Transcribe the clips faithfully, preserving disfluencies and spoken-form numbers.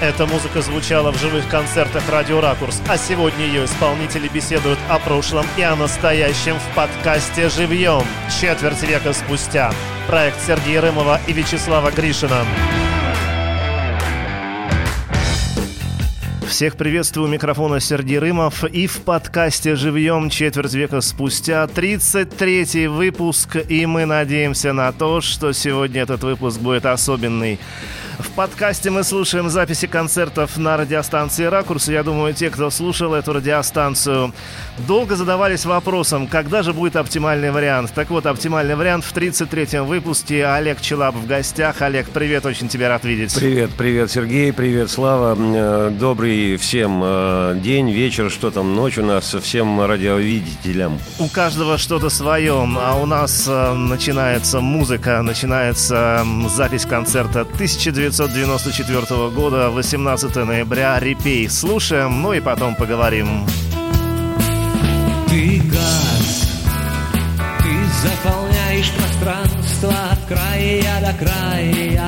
Эта музыка звучала в живых концертах «Радио Ракурс», а сегодня ее исполнители беседуют о прошлом и о настоящем в подкасте «Живьем». Четверть века спустя. Проект Сергея Рымова и Вячеслава Гришина. Всех приветствую, у микрофона Сергей Рымов. И в подкасте «Живьем» четверть века спустя тридцать третий выпуск. И мы надеемся на то, что сегодня этот выпуск будет особенный. В подкасте мы слушаем записи концертов на радиостанции «Ракурс». Я думаю, те, кто слушал эту радиостанцию, долго задавались вопросом, когда же будет оптимальный вариант. Так вот, оптимальный вариант в тридцать третьем выпуске. Олег Челап в гостях. Олег, привет, очень тебя рад видеть. Привет, привет, Сергей, привет, Слава. Добрый всем день, вечер, что там, ночь у нас, всем радиовидителям. У каждого что-то свое, а у нас начинается музыка, начинается запись концерта тысяча девятьсот девяносто четвёртого года, восемнадцатого ноября, «Репей». Слушаем, ну и потом поговорим. Ты газ, ты заполняешь пространство от края до края.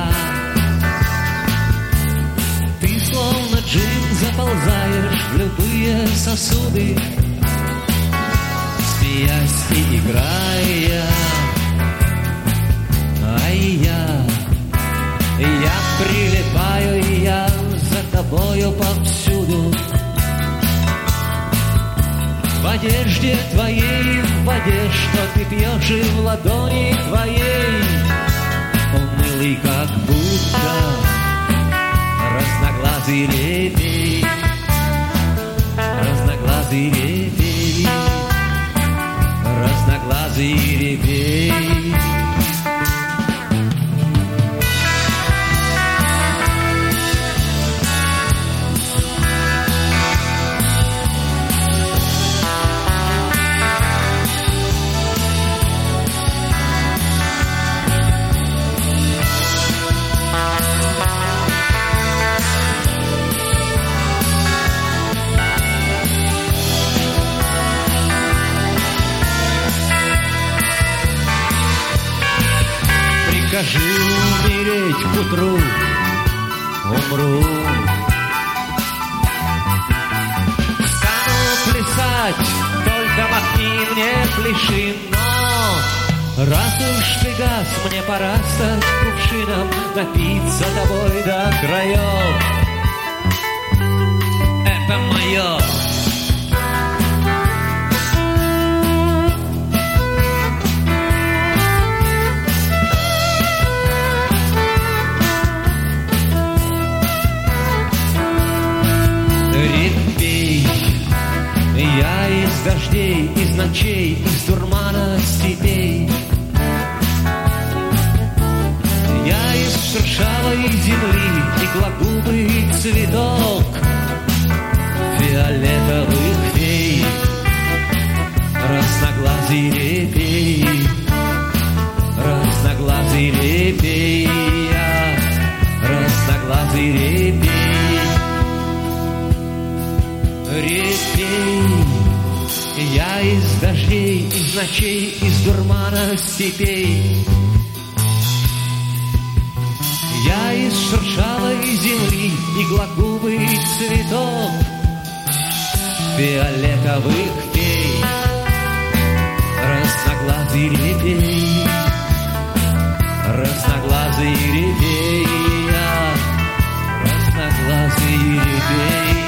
Ты словно джин заползаешь в любые сосуды, смеясь и играя. А я, я прилипаю, и я за тобою повсюду. В одежде твоей, в воде, что ты пьешь, и в ладони твоей, унылый как будто разноглазый репей, разноглазый репей, разноглазый репей. Скажи умереть к утру, умру. Стану плясать, только махни мне пляши. Но раз уж ты газ, мне пора стать кувшином, напиться тобой до краев. Это мое. Я из дождей, из ночей, из дурмана степей. Я из шершавой земли, иглогубый цветок фиолетовых фей. Разноглазый репей, разноглазый репей, разноглазый репей. Репей, я из дождей, из ночей, из дурмана степей. Я из шершавой земли, иглогубый цветок фиолетовых фей. Разноглазый репей, разноглазый репей, разноглазый репей.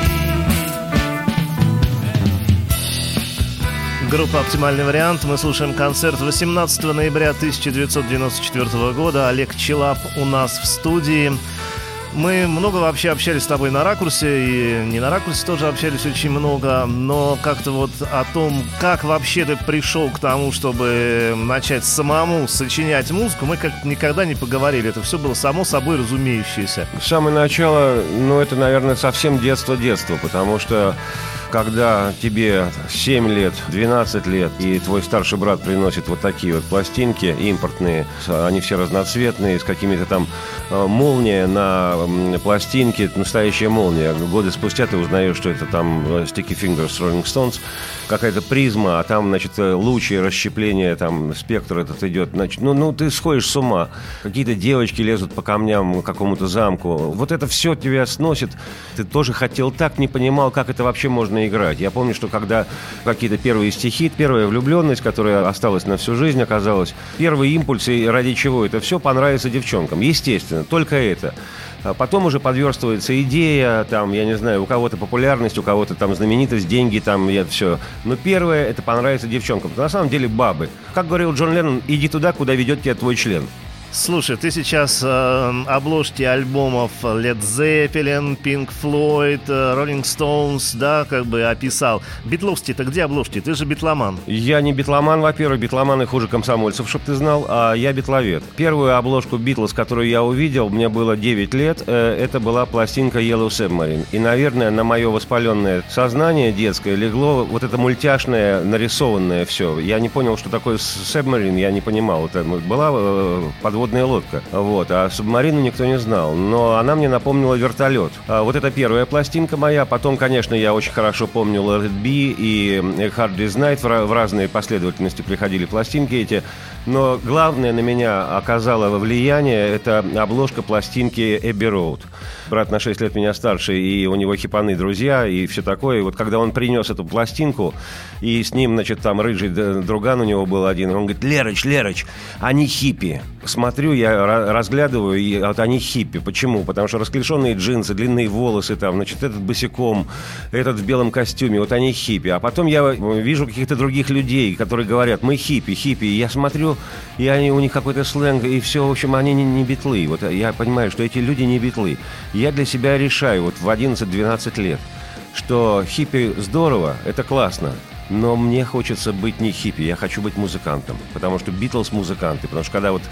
Группа «Оптимальный вариант». Мы слушаем концерт восемнадцатого ноября тысяча девятьсот девяносто четвёртого года. Олег Челап у нас в студии. Мы много вообще общались с тобой на «Ракурсе», и не на «Ракурсе» тоже общались очень много, но как-то вот о том, как вообще ты пришел к тому, чтобы начать самому сочинять музыку, мы как-то никогда не поговорили. Это все было само собой разумеющееся. С самого начала, ну, это, наверное, совсем детство-детство, потому что когда тебе семь лет, двенадцать лет, и твой старший брат приносит вот такие вот пластинки импортные, они все разноцветные, с какими-то там молния на пластинке, настоящая молния. Годы спустя ты узнаешь, что это там Sticky Fingers Rolling Stones, какая-то призма, а там, значит, лучи, расщепление, там спектр этот идет. Значит, ну, ну, ты сходишь с ума. Какие-то девочки лезут по камням к какому-то замку. Вот это все тебя сносит. Ты тоже хотел так, не понимал, как это вообще можно играть. Я помню, что когда какие-то первые стихи, первая влюбленность, которая осталась на всю жизнь, оказалась, первый импульс, и ради чего это все понравится девчонкам. Естественно, только это. А потом уже подверстывается идея, там, я не знаю, у кого-то популярность, у кого-то там знаменитость, деньги, там, я все. Но первое, это понравится девчонкам. На самом деле бабы. Как говорил Джон Леннон, иди туда, куда ведет тебя твой член. Слушай, ты сейчас э, обложки альбомов Led Zeppelin, Pink Floyd, Rolling Stones, да, как бы описал. Битловские-то где обложки? Ты же битломан. Я не битломан, во-первых, битломаны хуже комсомольцев, чтоб ты знал, а я битловед. Первую обложку Битлз, которую я увидел, мне было девять лет, э, это была пластинка Yellow Submarine. И, наверное, на мое воспаленное сознание детское легло вот это мультяшное, нарисованное все. Я не понял, что такое Submarine, я не понимал. Это была э, подводная водная лодка. Вот. А субмарину никто не знал. Но она мне напомнила вертолет. А вот это первая пластинка моя. Потом, конечно, я очень хорошо помню Let It Be и Hard Day's Night. В разные последовательности приходили пластинки эти. Но главное на меня оказало влияние — это обложка пластинки Эбби Роуд. Брат на шесть лет меня старше, и у него хипаны друзья, и все такое. И вот когда он принес эту пластинку, и с ним, значит, там рыжий друган у него был один, он говорит: Лерыч, Лерыч, они хиппи. Смотрю, я разглядываю, и вот они хиппи. Почему? Потому что расклешенные джинсы, длинные волосы, там, значит, этот босиком, этот в белом костюме, вот они хиппи. А потом я вижу каких-то других людей, которые говорят: мы хиппи, хиппи. И я смотрю, и они, у них какой-то сленг, и все, в общем, они не, не битлы. Вот я понимаю, что эти люди не битлы. Я для себя решаю вот в одиннадцать-двенадцать лет, что хиппи здорово, это классно, но мне хочется быть не хиппи, я хочу быть музыкантом, потому что Битлз музыканты, потому что когда вот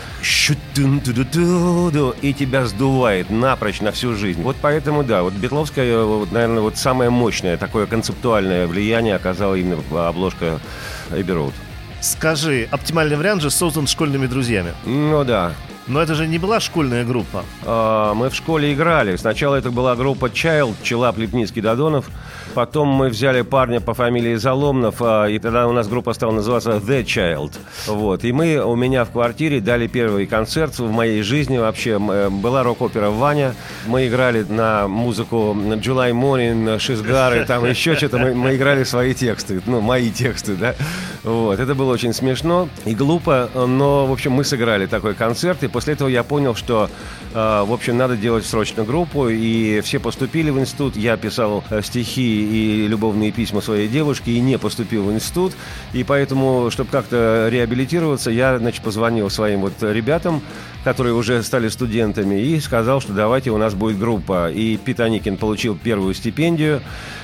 и тебя сдувает напрочь на всю жизнь. Вот поэтому, да, вот битловское, вот, наверное, вот самое мощное такое концептуальное влияние оказала именно обложка Эбби Роуд. Скажи, оптимальный вариант же создан школьными друзьями. Ну да. Но это же не была школьная группа. А, мы в школе играли. Сначала это была группа Child, Челап, Лепницкий, Додонов. Потом мы взяли парня по фамилии Заломнов, а, и тогда у нас группа стала называться The Child. Вот. И мы у меня в квартире дали первый концерт в моей жизни вообще. Была рок-опера «Ваня». Мы играли на музыку July Morning, Шизгары, там еще что-то. Мы, мы играли свои тексты, ну, мои тексты, да. Вот. Это было очень смешно и глупо, но, в общем, мы сыграли такой концерт, и после этого я понял, что, э, в общем, надо делать срочно группу, и все поступили в институт. Я писал стихи и любовные письма своей девушке и не поступил в институт, и поэтому, чтобы как-то реабилитироваться, я, значит, позвонил своим вот ребятам, которые уже стали студентами, и сказал, что давайте, у нас будет группа. И Пит Аникин получил первую стипендию,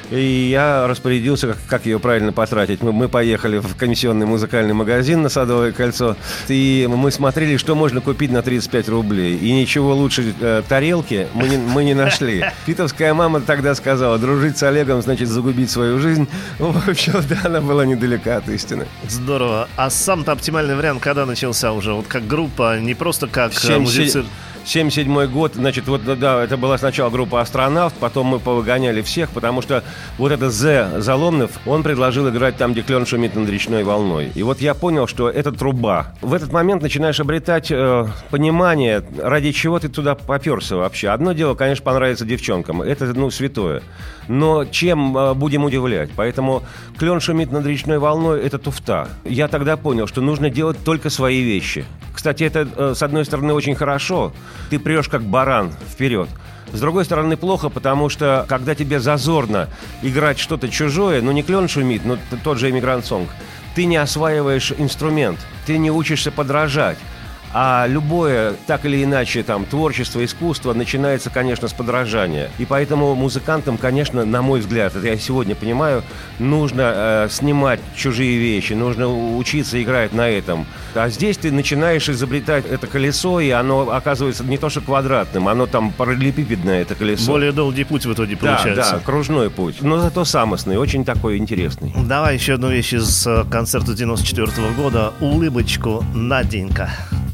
и я распорядился, как, как ее правильно потратить. Мы, мы поехали в комиссионный музыкальный магазин на Садовое кольцо, и мы смотрели, что можно купить на тридцать пять рублей. И ничего лучше э, тарелки мы не, мы не нашли. Питовская мама тогда сказала: дружить с Олегом значит загубить свою жизнь. В общем, да, она была недалека от истины. Здорово. А сам-то оптимальный вариант когда начался уже? Вот как группа, не просто как музицир... семьдесят седьмой год, значит, вот, да, это была сначала группа «Астронавт», потом мы повыгоняли всех, потому что вот это Зе Заломнов, он предложил играть там, где клен шумит над речной волной. И вот я понял, что это труба. В этот момент начинаешь обретать э, понимание, ради чего ты туда поперся вообще. Одно дело, конечно, понравится девчонкам, это, ну, святое. Но чем э, будем удивлять? Поэтому клен шумит над речной волной — это туфта. Я тогда понял, что нужно делать только свои вещи. Кстати, это, э, с одной стороны, очень хорошо. Ты прешь как баран вперед. С другой стороны, плохо, потому что, когда тебе зазорно играть что-то чужое, ну, не клен шумит, но тот же «Иммигрант Сонг», ты не осваиваешь инструмент, ты не учишься подражать. А любое, так или иначе, там, творчество, искусство начинается, конечно, с подражания. И поэтому музыкантам, конечно, на мой взгляд, это я сегодня понимаю, нужно э, снимать чужие вещи, нужно учиться играть на этом. А здесь ты начинаешь изобретать это колесо, и оно оказывается не то что квадратным, оно там параллелепипедное, это колесо. Более долгий путь в итоге получается. Да, да, кружной путь, но зато самостный, очень такой интересный. Давай еще одну вещь из концерта девяносто четвёртого года. «Улыбочку, Наденька».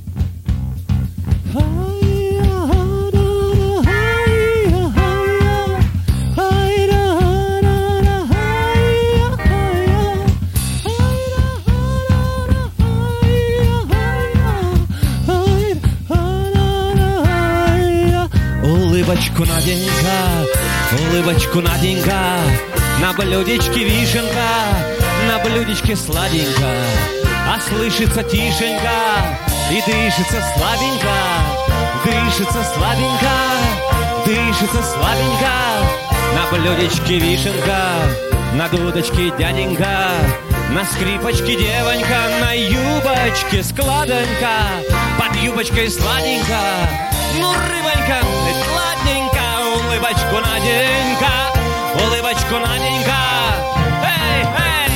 Улыбочку, Наденька, улыбочку, Наденька, на блюдечке вишенка, на блюдечке сладенько, а слышится тишенька и дышится слабенько, дышится слабенько, дышится слабенько, на блюдечке вишенка, на дудочке дяденька, на скрипочке девонька, на юбочке складонька, под юбочкой сладенько, ну рыбонька, сладенько, улыбочку, Наденька, улыбочку, Наденька, эй, эй!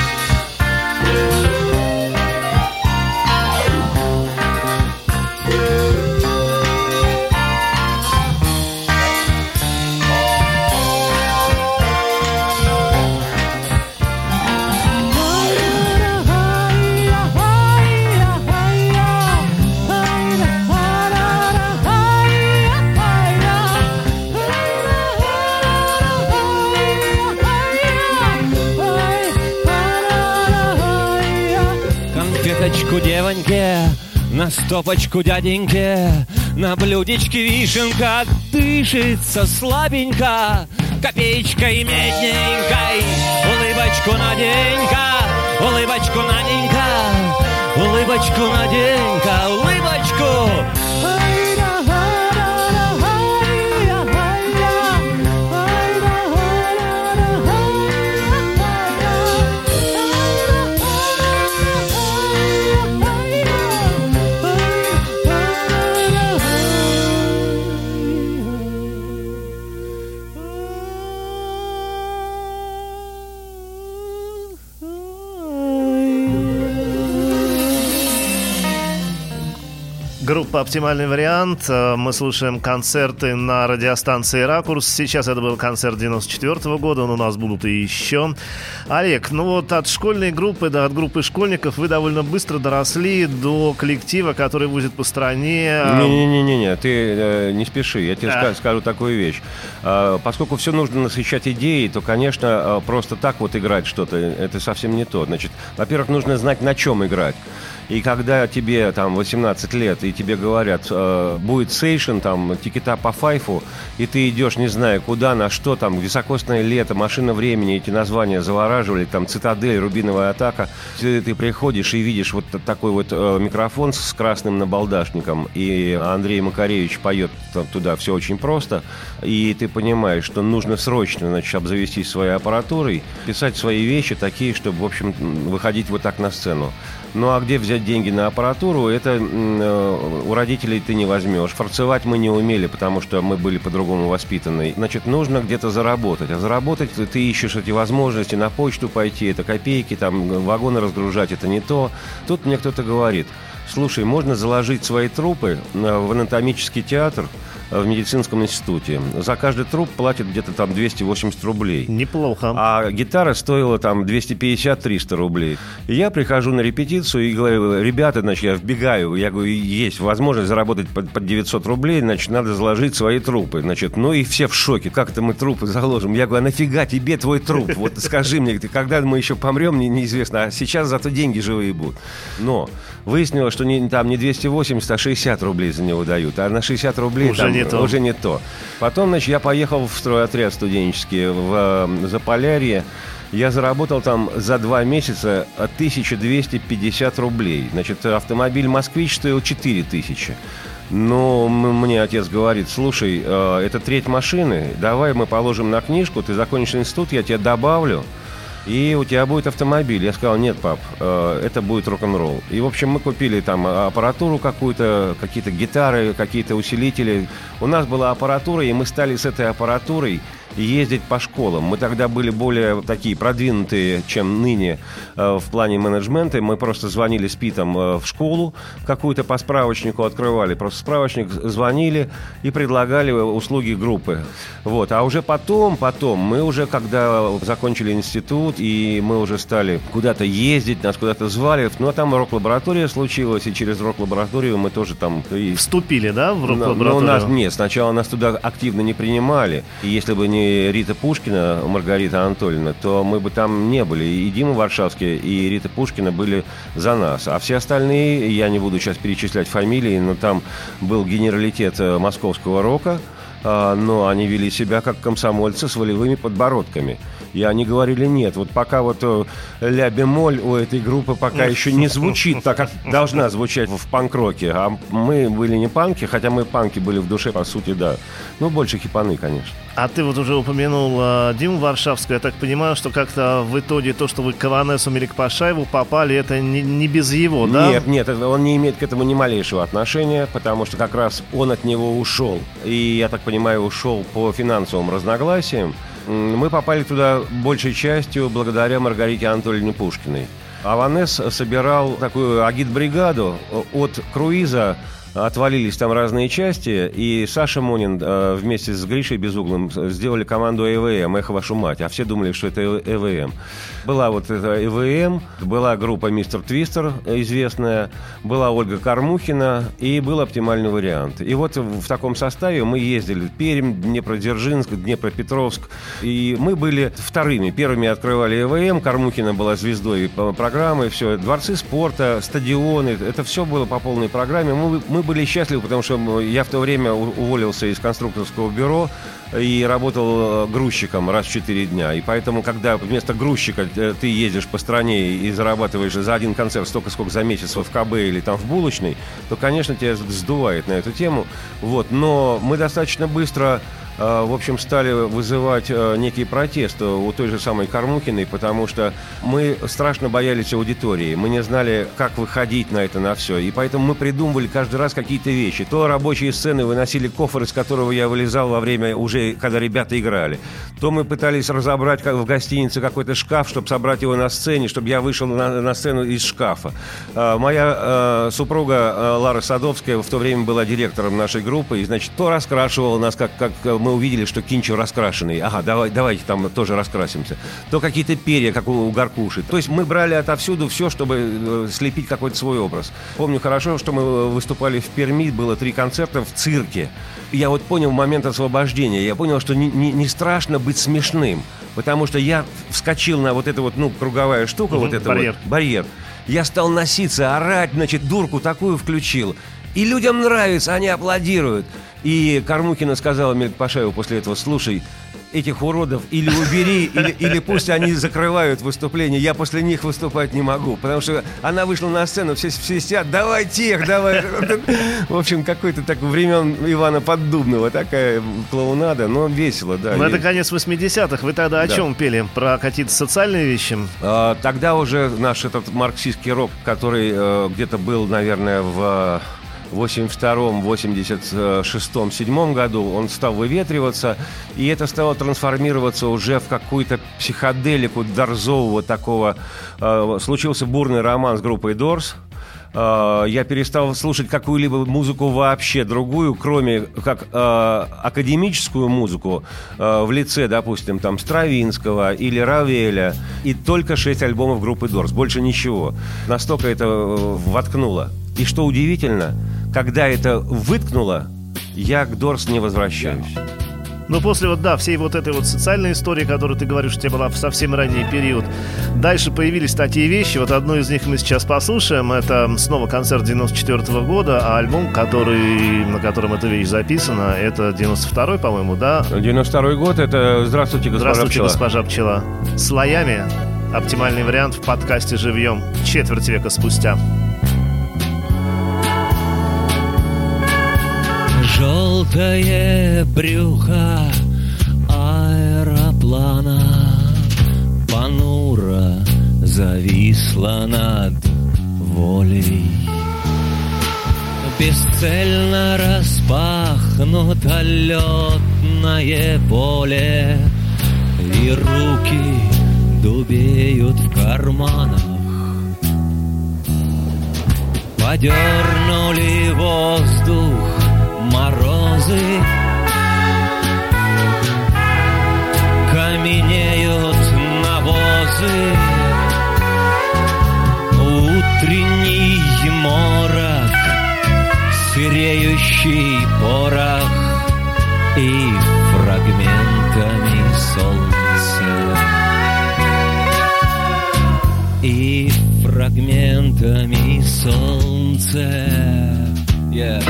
Конфеточку девоньке, на стопочку дяденьке, на блюдечке вишенка, дышится слабенько, копеечкой медненькой. Улыбочку, Наденька, улыбочку, Наденька, улыбочку, Наденька, улыбочку. Группа «Оптимальный вариант». Мы слушаем концерты на радиостанции «Ракурс». Сейчас это был концерт девяносто четвёртого года, но у нас будут и еще. Олег, ну вот от школьной группы, да, от группы школьников вы довольно быстро доросли до коллектива, который возит по стране. Не-не-не, ты э, не спеши, я тебе а. скажу такую вещь. Э, поскольку все нужно насыщать идеей, то, конечно, э, просто так вот играть что-то, это совсем не то. Значит, во-первых, нужно знать, на чем играть. И когда тебе там восемнадцать лет, и тебе говорят, э, будет сейшн, там, тикета по файфу, и ты идешь, не знаю, куда, на что, там, високосное лето, машина времени, эти названия завораживали, там, цитадель, рубиновая атака, ты, ты приходишь и видишь вот такой вот э, микрофон с красным набалдашником, и Андрей Макаревич поет там, туда все очень просто, и ты понимаешь, что нужно срочно, значит, обзавестись своей аппаратурой, писать свои вещи такие, чтобы, в общем, выходить вот так на сцену. Ну а где взять деньги на аппаратуру, это э, у родителей ты не возьмешь. Форцевать мы не умели, потому что мы были по-другому воспитаны. Значит, нужно где-то заработать. А заработать ты ищешь эти возможности, на почту пойти, это копейки, там вагоны разгружать, это не то. Тут мне кто-то говорит, слушай, можно заложить свои трупы в анатомический театр в медицинском институте. За каждый труп платят где-то там двести восемьдесят рублей. Неплохо. А гитара стоила там двести пятьдесят - триста рублей. И я прихожу на репетицию и говорю, ребята, значит, я вбегаю, я говорю, есть возможность заработать под, под девятьсот рублей, значит, надо заложить свои трупы. Значит, ну и все в шоке, как это мы трупы заложим? Я говорю, а нафига тебе твой труп? Вот скажи мне, когда мы еще помрем, мне неизвестно, а сейчас зато деньги живые будут. Но выяснилось, что не, там не двести восемьдесят, а шестьдесят рублей за него дают, а на шестьдесят рублей уже там, не то. Уже не то. Потом, значит, я поехал в стройотряд студенческий в Заполярье. Я заработал там за два месяца тысячу двести пятьдесят рублей. Значит, автомобиль «Москвич» стоил четыре тысячи. Ну, мне отец говорит, слушай, это треть машины, давай мы положим на книжку, ты закончишь институт, я тебе добавлю. и у тебя будет автомобиль. Я сказал, нет, пап, это будет рок-н-ролл. И, в общем, мы купили там аппаратуру какую-то, какие-то гитары, какие-то усилители. У нас была аппаратура, и мы стали с этой аппаратурой ездить по школам. Мы тогда были более такие продвинутые, чем ныне э, в плане менеджмента. Мы просто звонили с Питом э, в школу, какую-то по справочнику открывали. Просто справочник звонили и предлагали услуги группы. Вот. А уже потом, потом, мы уже, когда закончили институт, и мы уже стали куда-то ездить, нас куда-то звали. Ну, а там рок-лаборатория случилась, и через рок-лабораторию мы тоже там... И... Вступили, да, в рок-лабораторию? Но, но нас, нет, сначала нас туда активно не принимали. И если бы не Рита Пушкина, Маргарита Анатольевна, то мы бы там не были. И Дима Варшавский, и Рита Пушкина были за нас. А все остальные, я не буду сейчас перечислять фамилии, но там был генералитет московского рока, но они вели себя как комсомольцы с волевыми подбородками. И они говорили, нет, вот пока вот ля-бемоль у этой группы пока еще не звучит так, как должна звучать в панк-роке. А мы были не панки, хотя мы панки были в душе, по сути, да. Ну, больше хипаны, конечно. А ты вот уже упомянул э, Диму Варшавского. Я так понимаю, что как-то в итоге то, что вы к Аванесу Меликпашаеву попали, это не, не без его, да? Нет, нет, он не имеет к этому ни малейшего отношения, потому что как раз он от него ушел. И, я так понимаю, ушел по финансовым разногласиям. Мы попали туда большей частью благодаря Маргарите Анатольевне Пушкиной. Аванес собирал такую агитбригаду от круиза. Отвалились там разные части, и Саша Монин э, вместе с Гришей Безуглым сделали команду ЭВМ, «Эхо, вашу мать», а все думали, что это ЭВМ. Была вот эта ЭВМ, была группа «Мистер Твистер» известная, была Ольга Кормухина, и был «Оптимальный вариант». И вот в таком составе мы ездили в Пермь, Днепродзержинск, Днепропетровск, и мы были вторыми. Первыми открывали ЭВМ, Кормухина была звездой программы, все, дворцы спорта, стадионы, это все было по полной программе. Мы, мы Мы были счастливы, потому что я в то время уволился из конструкторского бюро и работал грузчиком раз в четыре дня. И поэтому, когда вместо грузчика ты ездишь по стране и зарабатываешь за один концерт столько, сколько за месяц в КБ или там в булочной, то, конечно, тебя сдувает на эту тему. Вот. Но мы достаточно быстро... в общем, стали вызывать некий протест у той же самой Кормухиной, потому что мы страшно боялись аудитории, мы не знали, как выходить на это, на все, и поэтому мы придумывали каждый раз какие-то вещи. То рабочие сцены выносили кофр, из которого я вылезал во время уже, когда ребята играли, то мы пытались разобрать как в гостинице какой-то шкаф, чтобы собрать его на сцене, чтобы я вышел на, на сцену из шкафа. Моя э, супруга э, Лара Садовская в то время была директором нашей группы, и, значит, то раскрашивала нас, как, как мы увидели, что Кинчо раскрашенный. Ага, давай, давайте там тоже раскрасимся. То какие-то перья, как у, у Гаркуши. То есть мы брали отовсюду все, чтобы э, слепить какой-то свой образ. Помню хорошо, что мы выступали в Перми, было три концерта в цирке. Я вот понял момент освобождения. Я понял, что не, не, не страшно быть смешным. Потому что я вскочил на вот эту вот, ну, круговая штука, угу, вот это барьер. Вот, барьер. Я стал носиться, орать, значит, дурку такую включил. И людям нравится, они аплодируют. И Кормухина сказала Меликпашаеву после этого: слушай, этих уродов или убери, или, или пусть они закрывают выступление. Я после них выступать не могу. Потому что она вышла на сцену, все, все сидят, давай тех, давай. В общем, какой-то так времен Ивана Поддубного, такая клоунада, но весело, да. Ну, это конец восьмидесятых. Вы тогда о да. чем пели? Про какие-то социальные вещи? А, тогда уже наш этот марксистский рок, который э, где-то был, наверное, в... в восемьдесят втором, восемьдесят шестом, седьмом году он стал выветриваться, и это стало трансформироваться уже в какую-то психоделику дорзового такого. Случился бурный роман с группой Doors. Я перестал слушать какую-либо музыку вообще другую, кроме как э, академическую музыку э, в лице, допустим, там Стравинского или Равеля, и только шесть альбомов группы Doors, больше ничего. Настолько это э, воткнуло. И что удивительно, когда это выткнуло, я к Doors не возвращаюсь. Ну, после вот, да, всей вот этой вот социальной истории, которую ты говоришь, у тебя была в совсем ранний период, дальше появились такие вещи. Вот одну из них мы сейчас послушаем. Это снова концерт девяносто четвёртого года, а альбом, который, на котором эта вещь записана, это девяносто второй, по-моему, да? девяносто второй год, это «Здравствуйте, госпожа Здравствуйте, пчела». госпожа пчела. Слоями. Оптимальный вариант в подкасте «Живьем» четверть века спустя. Желтое брюхо аэроплана понуро зависла над волей. Бесцельно распахнуто летное поле, и руки дубеют в карманах. Подернули воздух морозы, каменеют навозы. Утренний морок, сыреющий порох и фрагментами солнца, и фрагментами солнца. Yeah.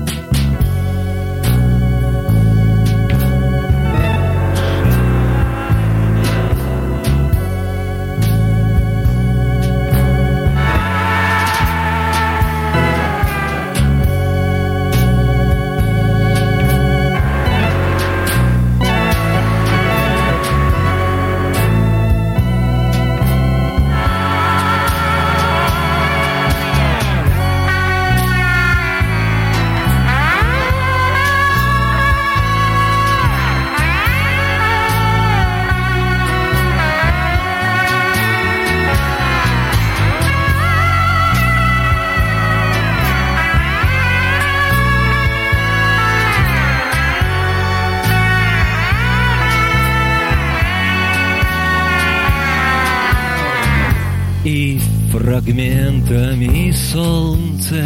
И фрагментами солнца,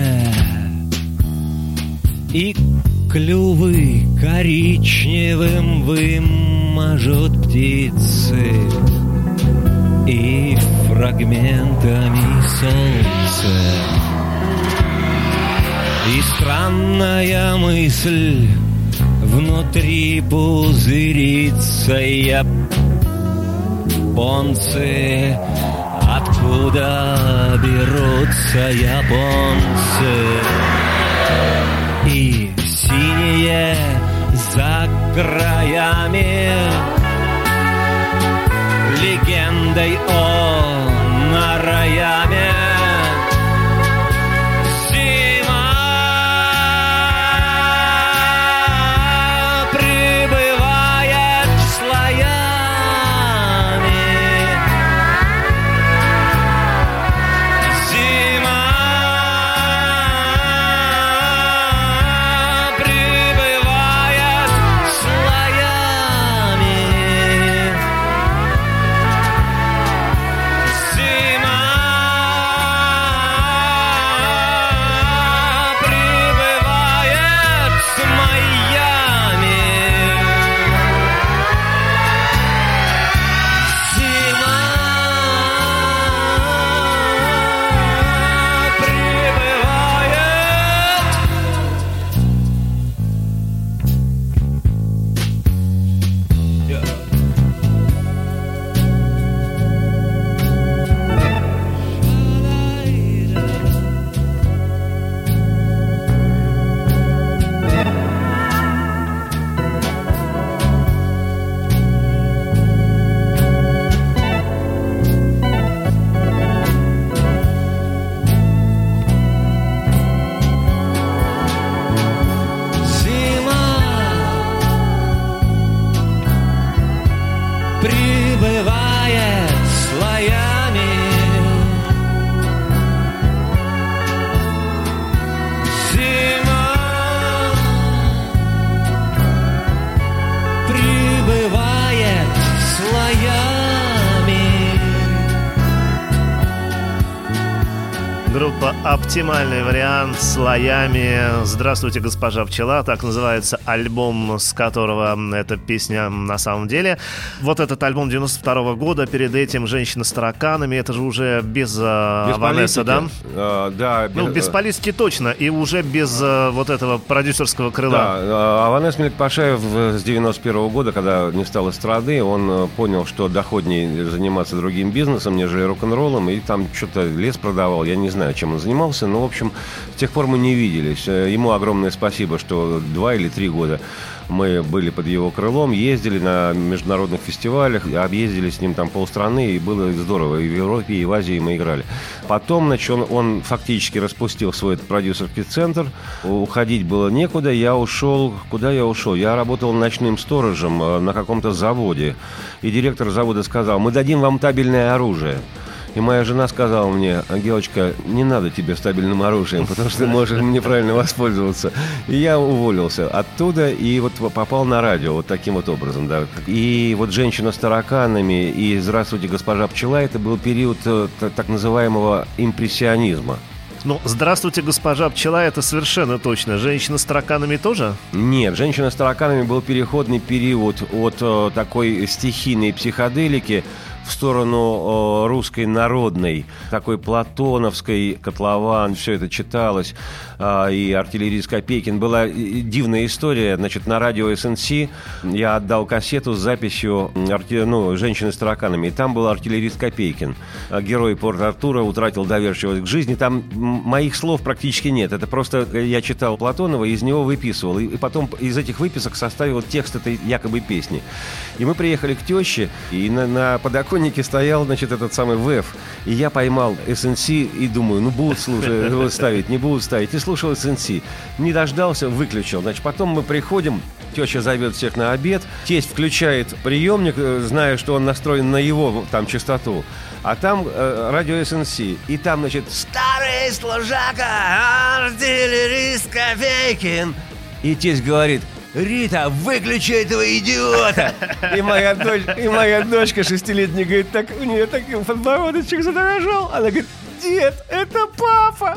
и клювы коричневым вымажут птицы, и фрагментами солнца. И странная мысль внутри пузырится: японцы, откуда берутся японцы? И синее за краями легендой о Нараяме. Зима прибывает слоями. Прибывает слоями. Зима прибывает слоями. Группа «Оптимальный вариант» слоями. Здравствуйте, госпожа пчела. Так называется альбом, с которого эта песня на самом деле. Вот этот альбом девяносто второго года. Перед этим «Женщина с тараканами». Это же уже без, без Аванеса, да? А, да. Ну, без политики точно. И уже без а, вот этого продюсерского крыла. Да. Аванес Меликпашаев с девяносто первого года, когда не стал эстрады, он понял, что доходнее заниматься другим бизнесом, нежели рок-н-роллом. И там что-то лес продавал. Я не знаю, чем он занимался, но, в общем, с тех пор мы не виделись. Ему огромное спасибо, что два или три года Мы были под его крылом, ездили на международных фестивалях, объездили с ним там полстраны, и было здорово. И в Европе, и в Азии мы играли. Потом, значит, он, он фактически распустил свой продюсерский центр. Уходить было некуда. Я ушел... Куда я ушел? Я работал ночным сторожем на каком-то заводе. И директор завода сказал: мы дадим вам табельное оружие. И моя жена сказала мне: Гелочка, не надо тебе стабильным оружием, потому что ты можешь им неправильно воспользоваться. И я уволился оттуда и вот попал на радио вот таким вот образом, да. И вот «Женщина с тараканами» и «Здравствуйте, госпожа пчела» — это был период так называемого импрессионизма. Ну, «Здравствуйте, госпожа пчела» — это совершенно точно. «Женщина с тараканами» тоже? Нет, «Женщина с тараканами» был переходный период от э, такой стихийной психоделики в сторону э, русской народной, такой платоновской, Котлован, все это читалось, э, и артиллерист Копейкин. Была дивная история, значит, на радио эс эн си я отдал кассету с записью арти... ну, «Женщины с тараканами», и там был артиллерист Копейкин. Герой Порт-Артура утратил доверчивость к жизни. Там моих слов практически нет, это просто я читал Платонова и из него выписывал, и, и потом из этих выписок составил текст этой якобы песни. И мы приехали к теще, и на, на подоконнике стоял, значит, этот самый ВЭФ. И я поймал эс эн си и думаю, ну будут слушать, будут ставить, не будут ставить. И слушал эс эн си. Не дождался, выключил. Значит, потом мы приходим, теща зовет всех на обед, тесть включает приемник, зная, что он настроен на его там частоту. А там э, радио эс эн си. И там, значит, «Старый служака, артиллерист Копейкин». И тесть говорит: «Рита, выключи этого идиота!» И моя, дочь, и моя дочка шестилетняя говорит, так, у нее так подбородочек задрожал. Она говорит: «Дед, это папа!»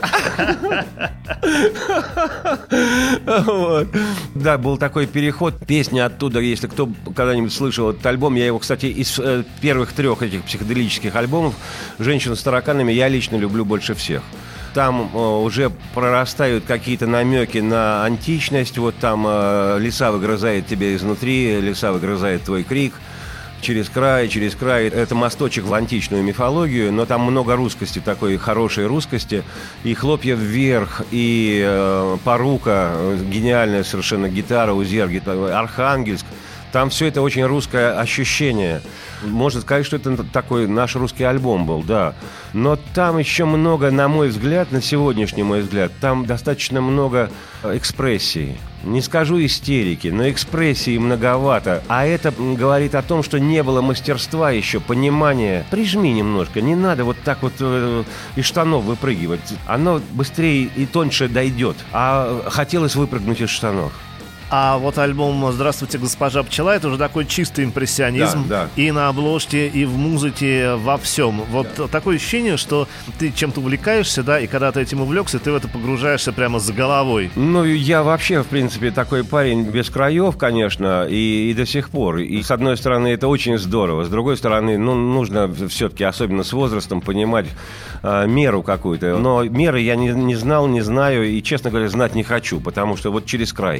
Вот. Да, был такой переход. Песня оттуда, если кто когда-нибудь слышал этот альбом, я его, кстати, из э, первых трех этих психоделических альбомов «Женщину с тараканами» я лично люблю больше всех. Там э, уже прорастают какие-то намеки на античность. Вот там э, лиса выгрызает тебя изнутри, лиса выгрызает твой крик. Через край, через край. Это мосточек в античную мифологию, но там много русскости, такой хорошей русскости. И «Хлопья вверх», и э, «Порука», гениальная совершенно гитара у Зерги, «Архангельск». Там все это очень русское ощущение. Можно сказать, что это такой наш русский альбом был, да. Но там еще много, на мой взгляд, на сегодняшний мой взгляд, там достаточно много экспрессии. Не скажу истерики, но экспрессии многовато. А это говорит о том, что не было мастерства еще, понимания. Прижми немножко, не надо вот так вот э, из штанов выпрыгивать. Оно быстрее и тоньше дойдет. А хотелось выпрыгнуть из штанов. А вот альбом «Здравствуйте, госпожа пчела» — это уже такой чистый импрессионизм. Да, да. И на обложке, и в музыке, во всем. Вот да. Такое ощущение, что ты чем-то увлекаешься, да, и когда ты этим увлекся, ты в это погружаешься прямо с головой. Ну, я вообще, в принципе, такой парень без краев, конечно, и, и до сих пор. И с одной стороны, это очень здорово. С другой стороны, ну, нужно все-таки, особенно с возрастом, понимать э, меру какую-то. Но меры я не, не знал, не знаю, и, честно говоря, знать не хочу, потому что вот через край.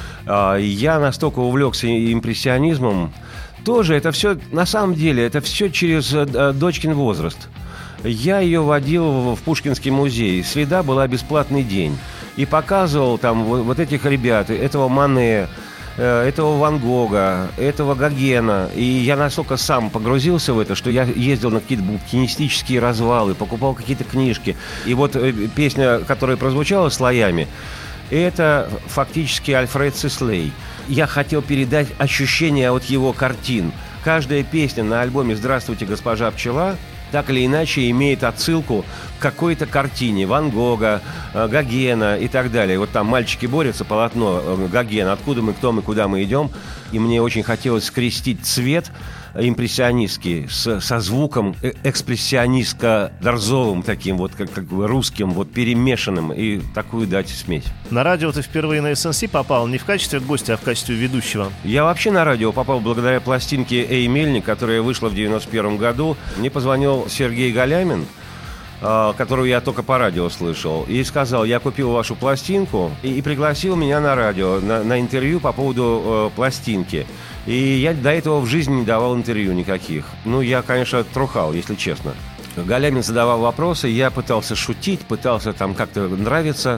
Я настолько увлекся импрессионизмом. Тоже это все, на самом деле, это все через дочкин возраст. Я ее водил в Пушкинский музей. Среда была бесплатный день. И показывал там вот этих ребят, этого Мане, этого Ван Гога, этого Гогена. И я настолько сам погрузился в это, что я ездил на какие-то букинистические развалы, покупал какие-то книжки. И вот песня, которая прозвучала «Слоями», это фактически Альфред Сислей. Я хотел передать ощущение от его картин. Каждая песня на альбоме «Здравствуйте, госпожа пчела» так или иначе имеет отсылку к какой-то картине Ван Гога, Гогена и так далее. Вот там «Мальчики борются», полотно Гогена, «Откуда мы, кто мы, куда мы идем». И мне очень хотелось скрестить цвет импрессионистский с, со звуком экспрессионистско-дорзовым, таким вот, как, как бы русским, вот перемешанным, и такую дать смесь. На радио ты впервые на эс эн си попал не в качестве гостя, а в качестве ведущего? Я вообще на радио попал благодаря пластинке «Эй, Мельник», которая вышла в девяносто первом году. Мне позвонил Сергей Галямин, которую я только по радио слышал, и сказал: я купил вашу пластинку, и, и пригласил меня на радио, на, на интервью по поводу э, пластинки. И я до этого в жизни не давал интервью никаких. Ну, я, конечно, трухал, если честно. Галямин задавал вопросы, я пытался шутить, пытался там как-то нравиться.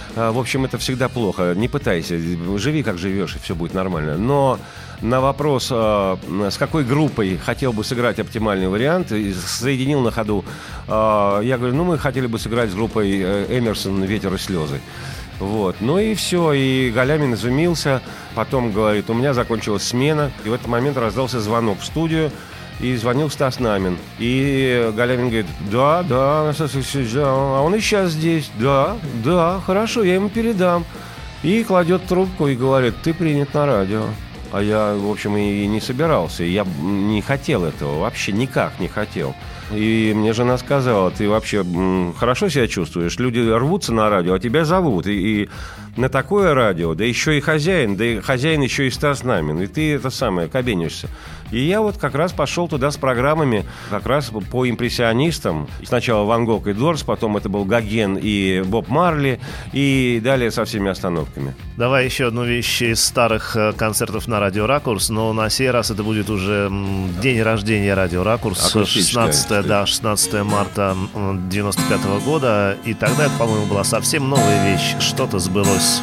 В общем, это всегда плохо. Не пытайся, живи как живешь, и все будет нормально. Но на вопрос, с какой группой хотел бы сыграть оптимальный вариант, соединил на ходу. Я говорю, ну, мы хотели бы сыграть с группой Эмерсон «Ветер и слезы». Вот. Ну и все, и Галямин изумился, потом говорит, у меня закончилась смена, и в этот момент раздался звонок в студию, и звонил Стас Намин. И Галямин говорит, да, да, а он и сейчас здесь, да, да, хорошо, я ему передам. И кладет трубку и говорит, ты принят на радио. А я, в общем, и не собирался, я не хотел этого, вообще никак не хотел. И мне жена сказала, ты вообще м, хорошо себя чувствуешь? Люди рвутся на радио, а тебя зовут. И, и на такое радио, да еще и хозяин, да и хозяин еще и Стас Намин. И ты это самое, кабенишься. И я вот как раз пошел туда с программами, как раз по импрессионистам. Сначала Ван Гог и Дорс, потом это был Гоген и Боб Марли, и далее со всеми остановками. Давай еще одну вещь из старых концертов на Радио Ракурс, но на сей раз это будет уже день рождения Радио Ракурс, шестнадцатое, да, шестнадцатое марта девяносто пятого года, и тогда это, по-моему, была совсем новая вещь, что-то сбылось.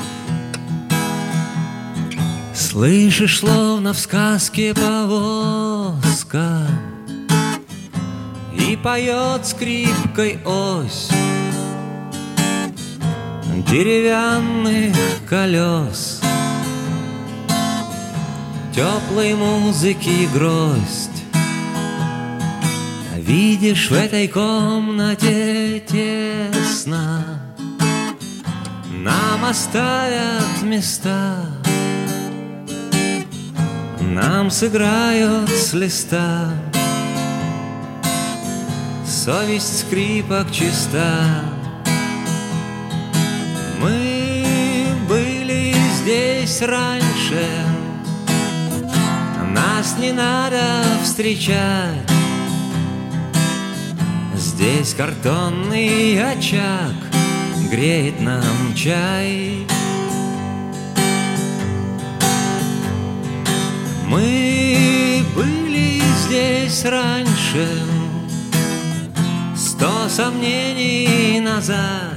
Слышишь, словно в сказке повозка, и поет скрипкой ось деревянных колес, теплой музыки гроздь. Видишь, в этой комнате тесно, нам оставят места, нам сыграют с листа. Совесть скрипок чиста. Мы были здесь раньше, нас не надо встречать. Здесь картонный очаг греет нам чай. Мы были здесь раньше, сто сомнений назад.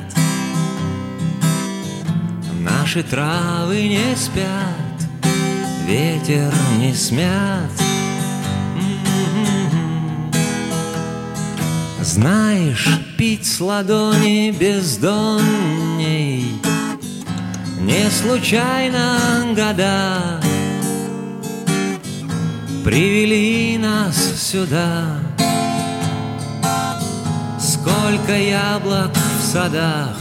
Наши травы не спят, ветер не смят. Знаешь, пить с ладони бездонней не случайно года привели нас сюда. Сколько яблок в садах,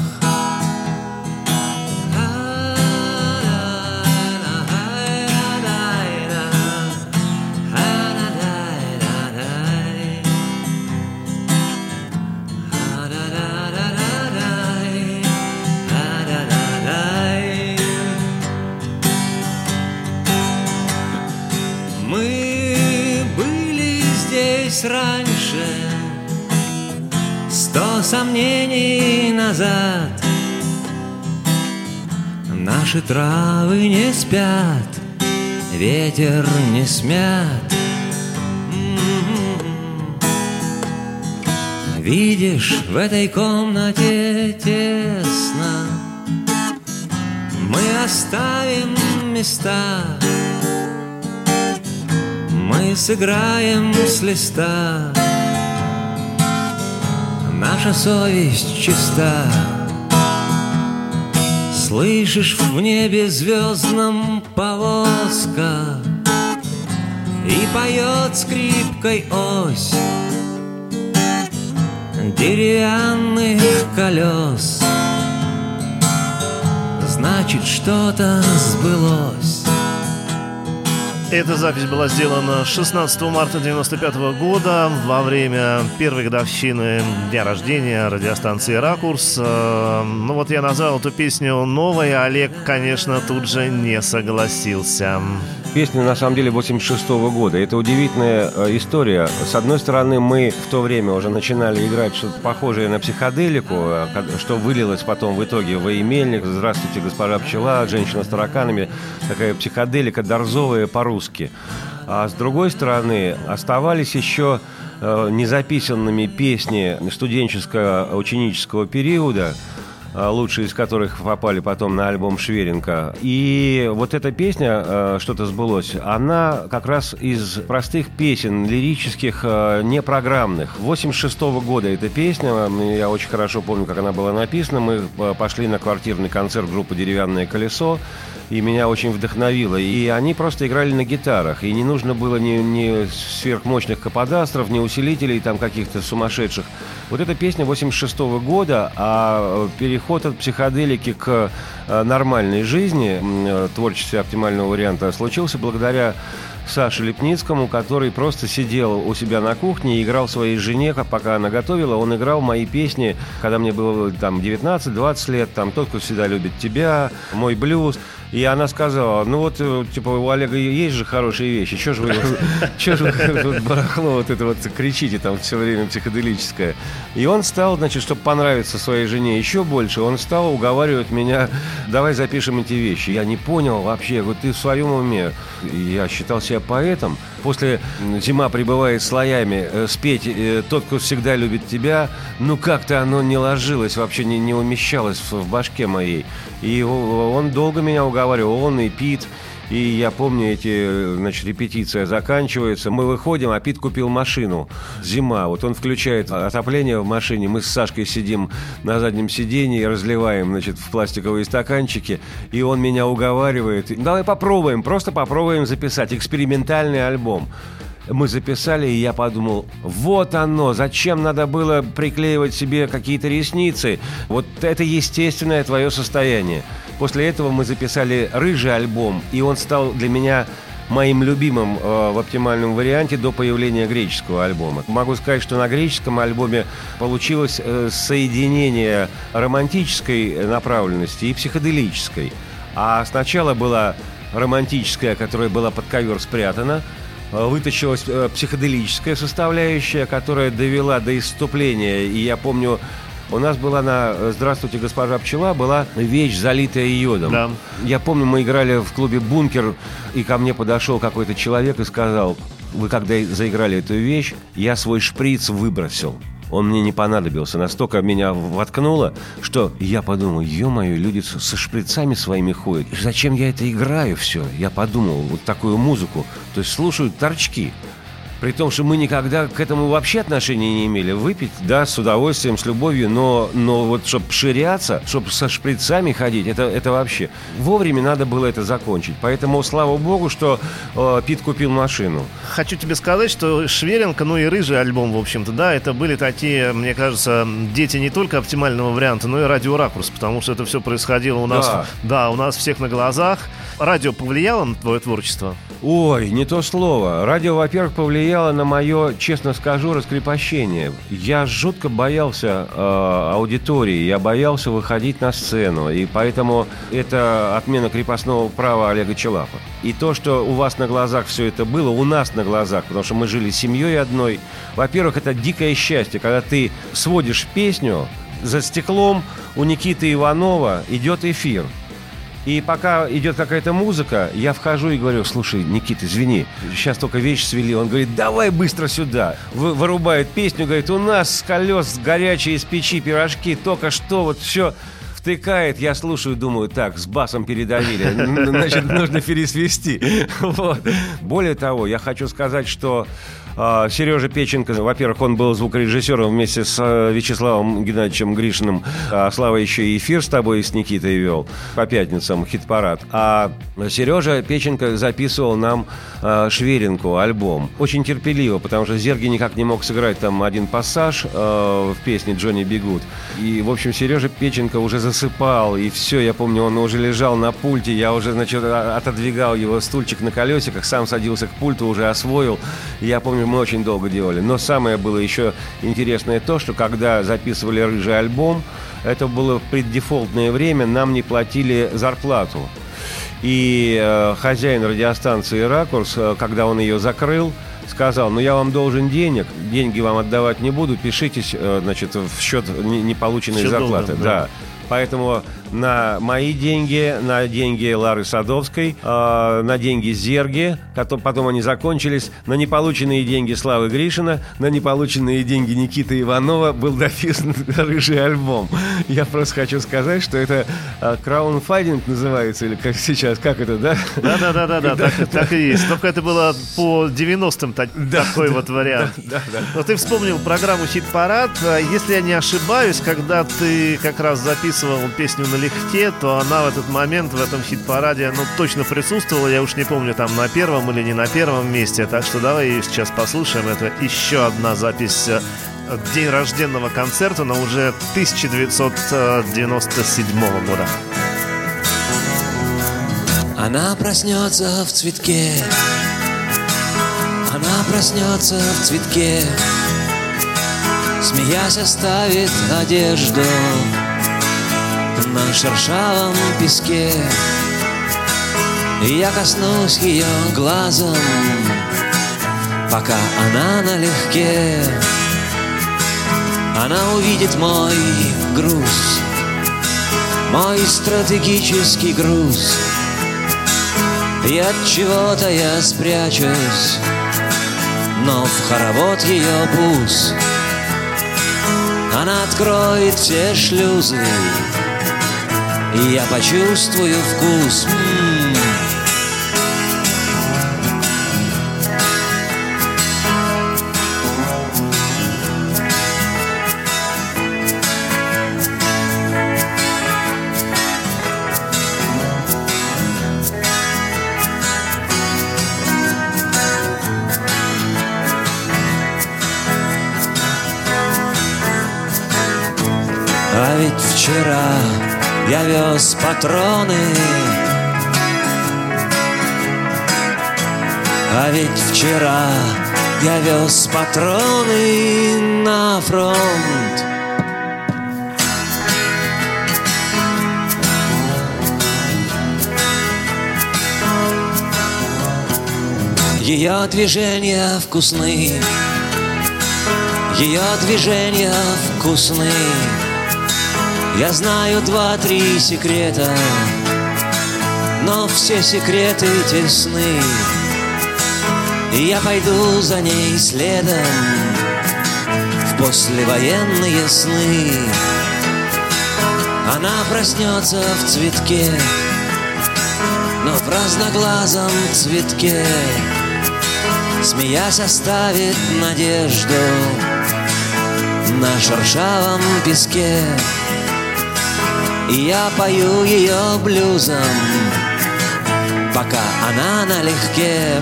раньше, сто сомнений назад. Наши травы не спят, ветер не смят. Видишь, в этой комнате тесно, мы оставим места, мы сыграем с листа. Наша совесть чиста. Слышишь, в небе звездном повозка, и поет скрипкой ось деревянных колес. Значит, что-то сбылось. Эта запись была сделана шестнадцатого марта девяносто пятого года во время первой годовщины дня рождения радиостанции «Ракурс». Ну вот я назвал эту песню новой, а Олег, конечно, тут же не согласился. Песня, на самом деле, восемьдесят шестого года. Это удивительная история. С одной стороны, мы в то время уже начинали играть что-то похожее на психоделику, что вылилось потом в итоге в «Эй, мельник», «Здравствуйте, госпожа пчела», «Женщина с тараканами». Такая психоделика дорзовая по-русски. А с другой стороны, оставались еще незаписанными песни студенческого ученического периода, лучшие из которых попали потом на альбом Шверенко. И вот эта песня «Что-то сбылось», она как раз из простых песен, лирических, непрограммных. восемьдесят шестого года эта песня, я очень хорошо помню, как она была написана. Мы пошли на квартирный концерт группы «Деревянное колесо», и меня очень вдохновило. И они просто играли на гитарах, и не нужно было ни, ни сверхмощных каподастров, ни усилителей там каких-то сумасшедших. Вот эта песня восемьдесят шестого года, а переход от психоделики к нормальной жизни, творчестве оптимального варианта, случился благодаря Саше Лепницкому, который просто сидел у себя на кухне и играл своей жене, пока она готовила. Он играл мои песни, когда мне было там девятнадцать-двадцать лет, там «Тот, кто всегда любит тебя», «Мой блюз». И она сказала: ну вот, типа, у Олега есть же хорошие вещи, что же вы, что же вы барахло вот это вот кричите там все время психоделическое. И он стал, значит, чтобы понравиться своей жене еще больше, он стал уговаривать меня: давай запишем эти вещи. Я не понял вообще, я говорю, ты в своем уме? Я считал себя поэтом. После «Зима прибывает слоями» спеть «Тот, кто всегда любит тебя», ну как-то оно не ложилось, вообще не, не умещалось в, в башке моей. И он долго меня уговаривал, он и Пит. И я помню, эти, значит, репетиция заканчивается, мы выходим, а Пит купил машину. Зима, вот он включает отопление в машине, мы с Сашкой сидим на заднем сиденье и разливаем, значит, в пластиковые стаканчики, и он меня уговаривает: давай попробуем, просто попробуем записать экспериментальный альбом. Мы записали, и я подумал: вот оно, зачем надо было приклеивать себе какие-то ресницы? Вот это естественное твое состояние. После этого мы записали «Рыжий» альбом, и он стал для меня моим любимым э, в оптимальном варианте до появления греческого альбома. Могу сказать, что на греческом альбоме получилось э, соединение романтической направленности и психоделической. А сначала была романтическая, которая была под ковер спрятана, вытащилась психоделическая составляющая, которая довела до исступления. И я помню, у нас была на «Здравствуйте, госпожа пчела» была вещь, залитая йодом. Да. Я помню, мы играли в клубе «Бункер», и ко мне подошел какой-то человек и сказал: вы когда заиграли эту вещь, я свой шприц выбросил. Он мне не понадобился. Настолько меня воткнуло, что я подумал: ё-моё, люди со шприцами своими ходят. Зачем я это играю все? Я подумал, вот такую музыку. То есть слушают торчки. При том, что мы никогда к этому вообще отношения не имели. Выпить, да, с удовольствием, с любовью, но, но вот чтобы ширяться, чтобы со шприцами ходить, это, это вообще... Вовремя надо было это закончить. Поэтому, слава богу, что э, Пит купил машину. Хочу тебе сказать, что Шверенко, ну и «Рыжий» альбом, в общем-то, да, это были такие, мне кажется, дети не только оптимального варианта, но и радиоракурс, потому что это все происходило у нас, да, да у нас всех на глазах. Радио повлияло на твое творчество? Ой, не то слово. Радио, во-первых, повлияло на мое, честно скажу, раскрепощение. Я жутко боялся э, аудитории, я боялся выходить на сцену, и поэтому это отмена крепостного права Олега Челапа. И то, что у вас на глазах все это было, у нас на глазах, потому что мы жили семьей одной. Во-первых, это дикое счастье, когда ты сводишь песню, за стеклом у Никиты Иванова идет эфир. И пока идет какая-то музыка, я вхожу и говорю: слушай, Никита, извини, сейчас только вещи свели. Он говорит: давай быстро сюда. Вы, вырубает песню, говорит: у нас с колес горячие из печи пирожки, только что вот все втыкает. Я слушаю, думаю: так, с басом передавили, значит, нужно пересвести. Вот. Более того, я хочу сказать, что Сережа Печенко, во-первых, он был звукорежиссером вместе с Вячеславом Геннадьевичем Гришиным. А Слава еще и эфир с тобой и с Никитой вел по пятницам, хит-парад. А Сережа Печенко записывал нам Шверенку, альбом. Очень терпеливо, потому что Зерги никак не мог сыграть там один пассаж в песне «Джонни Би Гуд». И, в общем, Сережа Печенко уже засыпал, и все, я помню, он уже лежал на пульте, я уже, значит, отодвигал его стульчик на колесиках, сам садился к пульту, уже освоил. И я помню, мы очень долго делали. Но самое было еще интересное то, что когда записывали «Рыжий» альбом, это было преддефолтное время, нам не платили зарплату. И э, хозяин радиостанции «Ракурс», э, когда он ее закрыл, сказал: ну я вам должен денег, деньги вам отдавать не буду, пишитесь, э, значит, в счет неполученной зарплаты. Долго, да. Да. Поэтому на мои деньги, на деньги Лары Садовской, э, на деньги Зерги, потом они закончились, на неполученные деньги Славы Гришина, на неполученные деньги Никиты Иванова был дописан «Рыжий альбом». Я просто хочу сказать, что это э, краунфандинг называется, или как сейчас, как это, да? Да-да-да, так, так и есть. Только это было по девяностым так, да, такой да, вот вариант. Да, да, да. Но ты вспомнил программу «Хит-парад». Если я не ошибаюсь, когда ты как раз записывал песню «Налегке», то она в этот момент в этом хит-параде, ну, точно присутствовала. Я уж не помню, там на первом или не на первом месте. Так что давай ее сейчас послушаем. Это еще одна запись день рожденного концерта, но уже тысяча девятьсот девяносто седьмого года. Она проснется в цветке, она проснется в цветке, смеясь оставит одежду на шершавом песке. И я коснусь ее глазом, пока она налегке. Она увидит мой груз, мой стратегический груз. И от чего-то я спрячусь, но в хоровод ее бус. Она откроет все шлюзы, и я почувствую вкус. М-м-м. А ведь вчера я вез патроны, а ведь вчера я вез патроны на фронт. Ее движения вкусны, ее движения вкусны. Я знаю два-три секрета, но все секреты тесны. И я пойду за ней следом в послевоенные сны. Она проснется в цветке, но в разноглазом цветке, смеясь оставит надежду на шершавом песке. И я пою ее блюзом, пока она налегке.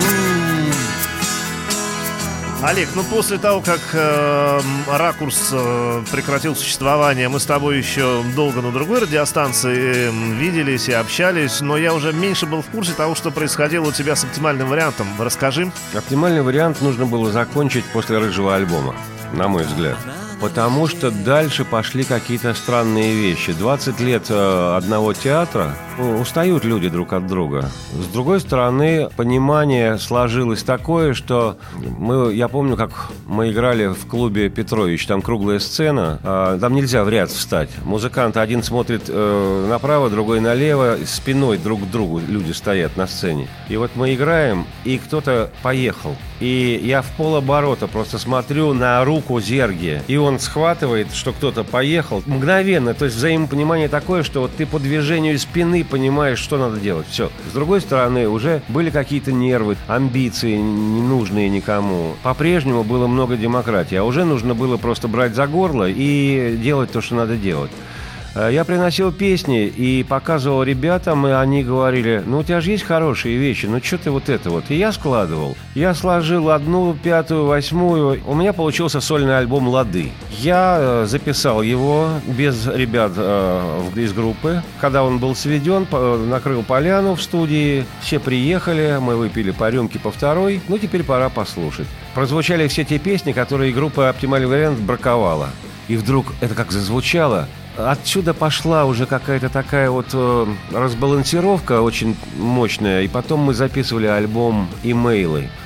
Олег, ну после того, как э, «Ракурс» э, прекратил существование, мы с тобой еще долго на другой радиостанции э, виделись и общались, но я уже меньше был в курсе того, что происходило у тебя с «Оптимальным вариантом». Расскажи. «Оптимальный вариант» нужно было закончить после «Рыжего альбома», на мой взгляд. Потому что дальше пошли какие-то странные вещи. двадцать лет э, одного театра, ну, устают люди друг от друга. С другой стороны, понимание сложилось такое, что мы, я помню, как мы играли в клубе «Петрович», там круглая сцена, э, там нельзя в ряд встать. Музыканты один смотрит э, направо, другой налево, спиной друг к другу люди стоят на сцене. И вот мы играем, и кто-то поехал. И я в полоборота просто смотрю на руку Зерги, и он схватывает, что кто-то поехал. Мгновенно, то есть взаимопонимание такое, что вот ты по движению спины понимаешь, что надо делать. Все. С другой стороны, уже были какие-то нервы, амбиции ненужные никому. По-прежнему было много демократии, а уже нужно было просто брать за горло и делать то, что надо делать. Я приносил песни и показывал ребятам, и они говорили: ну, у тебя же есть хорошие вещи, ну, что ты вот это вот? И я складывал. Я сложил одну, пятую, восьмую. У меня получился сольный альбом «Лады». Я записал его без ребят э, из группы. Когда он был сведен, накрыл поляну в студии. Все приехали, мы выпили по рюмке, по второй. Ну, теперь пора послушать. Прозвучали все те песни, которые группа «Оптимальный вариант» браковала. И вдруг это как зазвучало. Отсюда пошла уже какая-то такая вот э, разбалансировка очень мощная. И потом мы записывали альбом «Имейлы».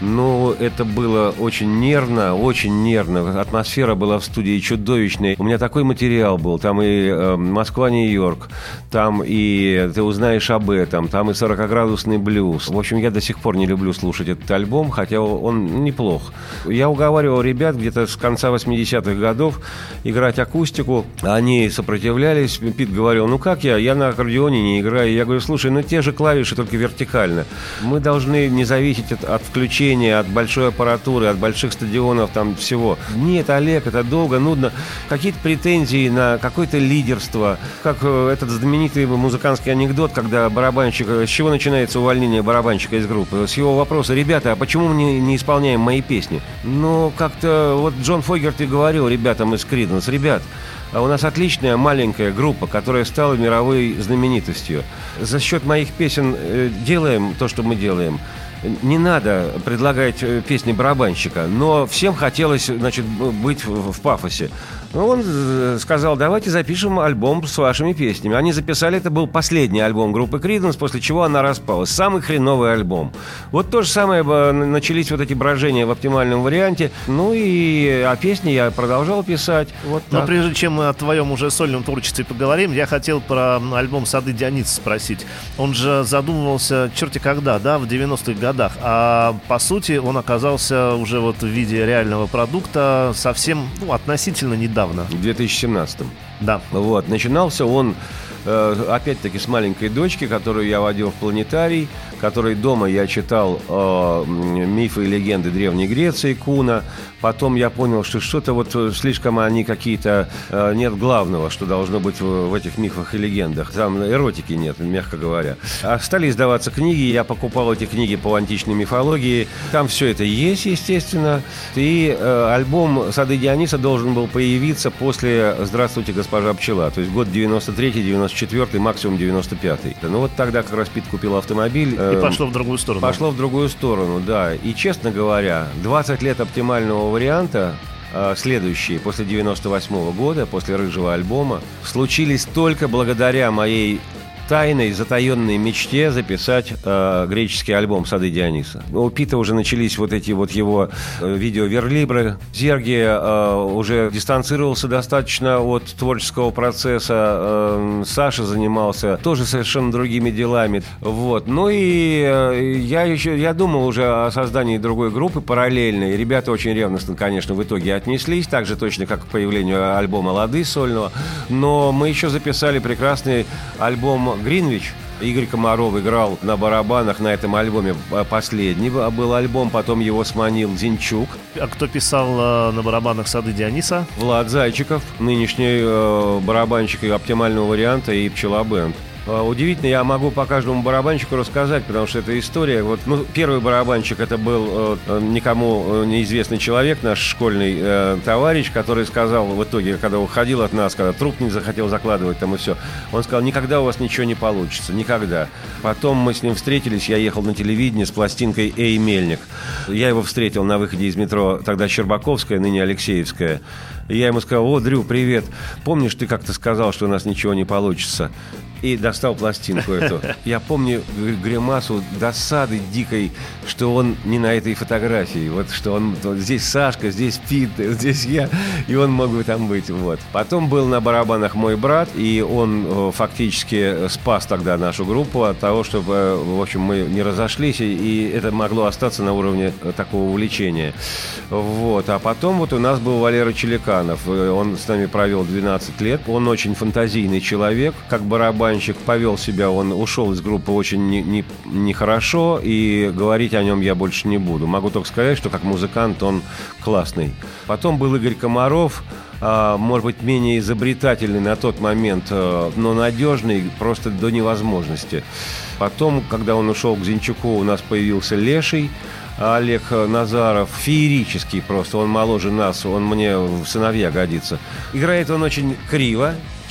Ну, это было очень нервно, очень нервно. Атмосфера была в студии чудовищная. У меня такой материал был. Там и э, Москва-Нью-Йорк, там и «Ты узнаешь об этом», там и «сорокаградусный блюз». В общем, я до сих пор не люблю слушать этот альбом, хотя он неплох. Я уговаривал ребят где-то с конца восьмидесятых годов играть акустику. Они сопротивлялись. Пит говорил: ну как я? Я на аккордеоне не играю. Я говорю: слушай, ну те же клавиши, только вертикально. Мы должны не зависеть от, от включения, от большой аппаратуры, от больших стадионов, там всего. Нет, Олег, это долго, нудно. Какие-то претензии на какое-то лидерство. Как э, этот знаменитый музыкантский анекдот, когда барабанщик... С чего начинается увольнение барабанщика из группы? С его вопроса: ребята, а почему мы не, не исполняем мои песни? Ну, как-то... Вот Джон Фогерти говорил ребятам из Creedence: ребят, а у нас отличная маленькая группа, которая стала мировой знаменитостью. За счет моих песен э, делаем то, что мы делаем. Не надо предлагать песни барабанщика, но всем хотелось, значит, быть в, в пафосе. Он сказал: давайте запишем альбом с вашими песнями. Они записали, это был последний альбом группы Creedence, после чего она распалась. Самый хреновый альбом. Вот то же самое, начались вот эти брожения в оптимальном варианте. Ну и о песне я продолжал писать. Вот Но прежде чем мы о твоем уже сольном творчестве поговорим, я хотел про альбом «Сады Диониса» спросить. Он же задумывался черти когда, да, в девяностых годах. А по сути он оказался уже вот в виде реального продукта совсем, ну, относительно недавно. В две тысячи семнадцатом. Да. Вот. Начинался он, э, опять-таки, с маленькой дочки, которую я водил в планетарий, которой дома я читал э, мифы и легенды Древней Греции, Куна. Потом я понял, что что-то вот слишком они какие-то... Э, нет главного, что должно быть в, в этих мифах и легендах. Там эротики нет, мягко говоря. А стали издаваться книги, я покупал эти книги по античной мифологии. Там все это есть, естественно. И э, альбом «Сады Диониса» должен был появиться после «Здравствуйте, госпожа пчела». То есть год девяносто третий, девяносто четвёртый, максимум девяносто пятый. Ну вот тогда как раз Пит купил автомобиль. И пошло в другую сторону. Пошло в другую сторону, да. И, честно говоря, двадцать лет оптимального варианта, э, следующие, после девяносто восьмого года, после «Рыжего» альбома, случились только благодаря моей тайной, затаенной мечте записать э, греческий альбом «Сады Диониса». У Пита уже начались вот эти вот его э, видео-верлибры. Зерги э, уже дистанцировался достаточно от творческого процесса. Э, Саша занимался тоже совершенно другими делами. Вот. Ну и э, я еще, я думал уже о создании другой группы параллельной. Ребята очень ревностно, конечно, в итоге отнеслись, так же точно, как к появлению альбома «Лады» сольного. Но мы еще записали прекрасный альбом «Гринвич». Игорь Комаров играл на барабанах на этом альбоме. Последний был альбом, потом его сманил Зинчук. А кто писал э, на барабанах «Сады Диониса»? Влад Зайчиков, нынешний э, барабанщик и оптимального варианта, и «Пчела Бенд». Удивительно, я могу по каждому барабанщику рассказать, потому что это история. Вот, ну, первый барабанщик — это был э, никому неизвестный человек, наш школьный э, товарищ, который сказал в итоге, когда уходил от нас, когда труп не захотел закладывать там и все, он сказал: никогда у вас ничего не получится, никогда. Потом мы с ним встретились, я ехал на телевидении с пластинкой «Эй, Мельник». Я его встретил на выходе из метро, тогда Щербаковская, ныне Алексеевская. И я ему сказал: о, Дрю, привет, помнишь, ты как-то сказал, что у нас ничего не получится? И достал пластинку эту. Я помню гримасу досады дикой, что он не на этой фотографии. Вот что он... Вот здесь Сашка, здесь Пит, здесь я. И он мог бы там быть. Вот. Потом был на барабанах мой брат, и он фактически спас тогда нашу группу от того, чтобы, в общем, мы не разошлись, и это могло остаться на уровне такого увлечения. Вот. А потом вот у нас был Валера Челиканов. Он с нами провел двенадцать лет. Он очень фантазийный человек, как барабанщик. Повел себя, он ушел из группы очень нехорошо, не, не и говорить о нем я больше не буду. Могу только сказать, что как музыкант он классный. Потом был Игорь Комаров, а, может быть, менее изобретательный на тот момент, но надежный просто до невозможности. Потом, когда он ушел к Зинчуку, у нас появился Леший, Олег Назаров, феерический просто, он моложе нас, он мне в сыновья годится. Играет он очень криво,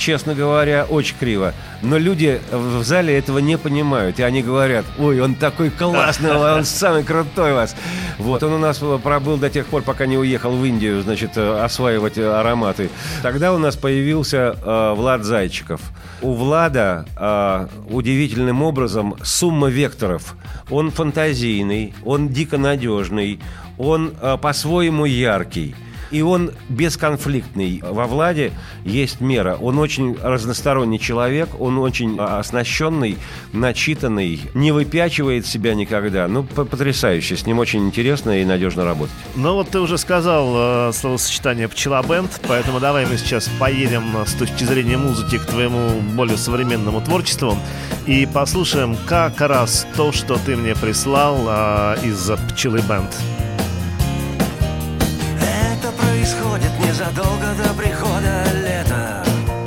честно говоря, очень криво. Но люди в зале этого не понимают. И они говорят: ой, он такой классный, он самый крутой у вас. Вот, он у нас пробыл до тех пор, пока не уехал в Индию, значит, осваивать ароматы. Тогда у нас появился э, Влад Зайчиков. У Влада э, удивительным образом сумма векторов. Он фантазийный, он дико надежный, он э, по-своему яркий. И он бесконфликтный. Во Владе есть мера. Он очень разносторонний человек, он очень оснащенный, начитанный, не выпячивает себя никогда. Ну, потрясающе. С ним очень интересно и надежно работать. Ну, вот ты уже сказал э, словосочетание «пчелобенд», поэтому давай мы сейчас поедем с точки зрения музыки к твоему более современному творчеству и послушаем как раз то, что ты мне прислал э, из «Пчелы Бенд». Происходит незадолго до прихода лета.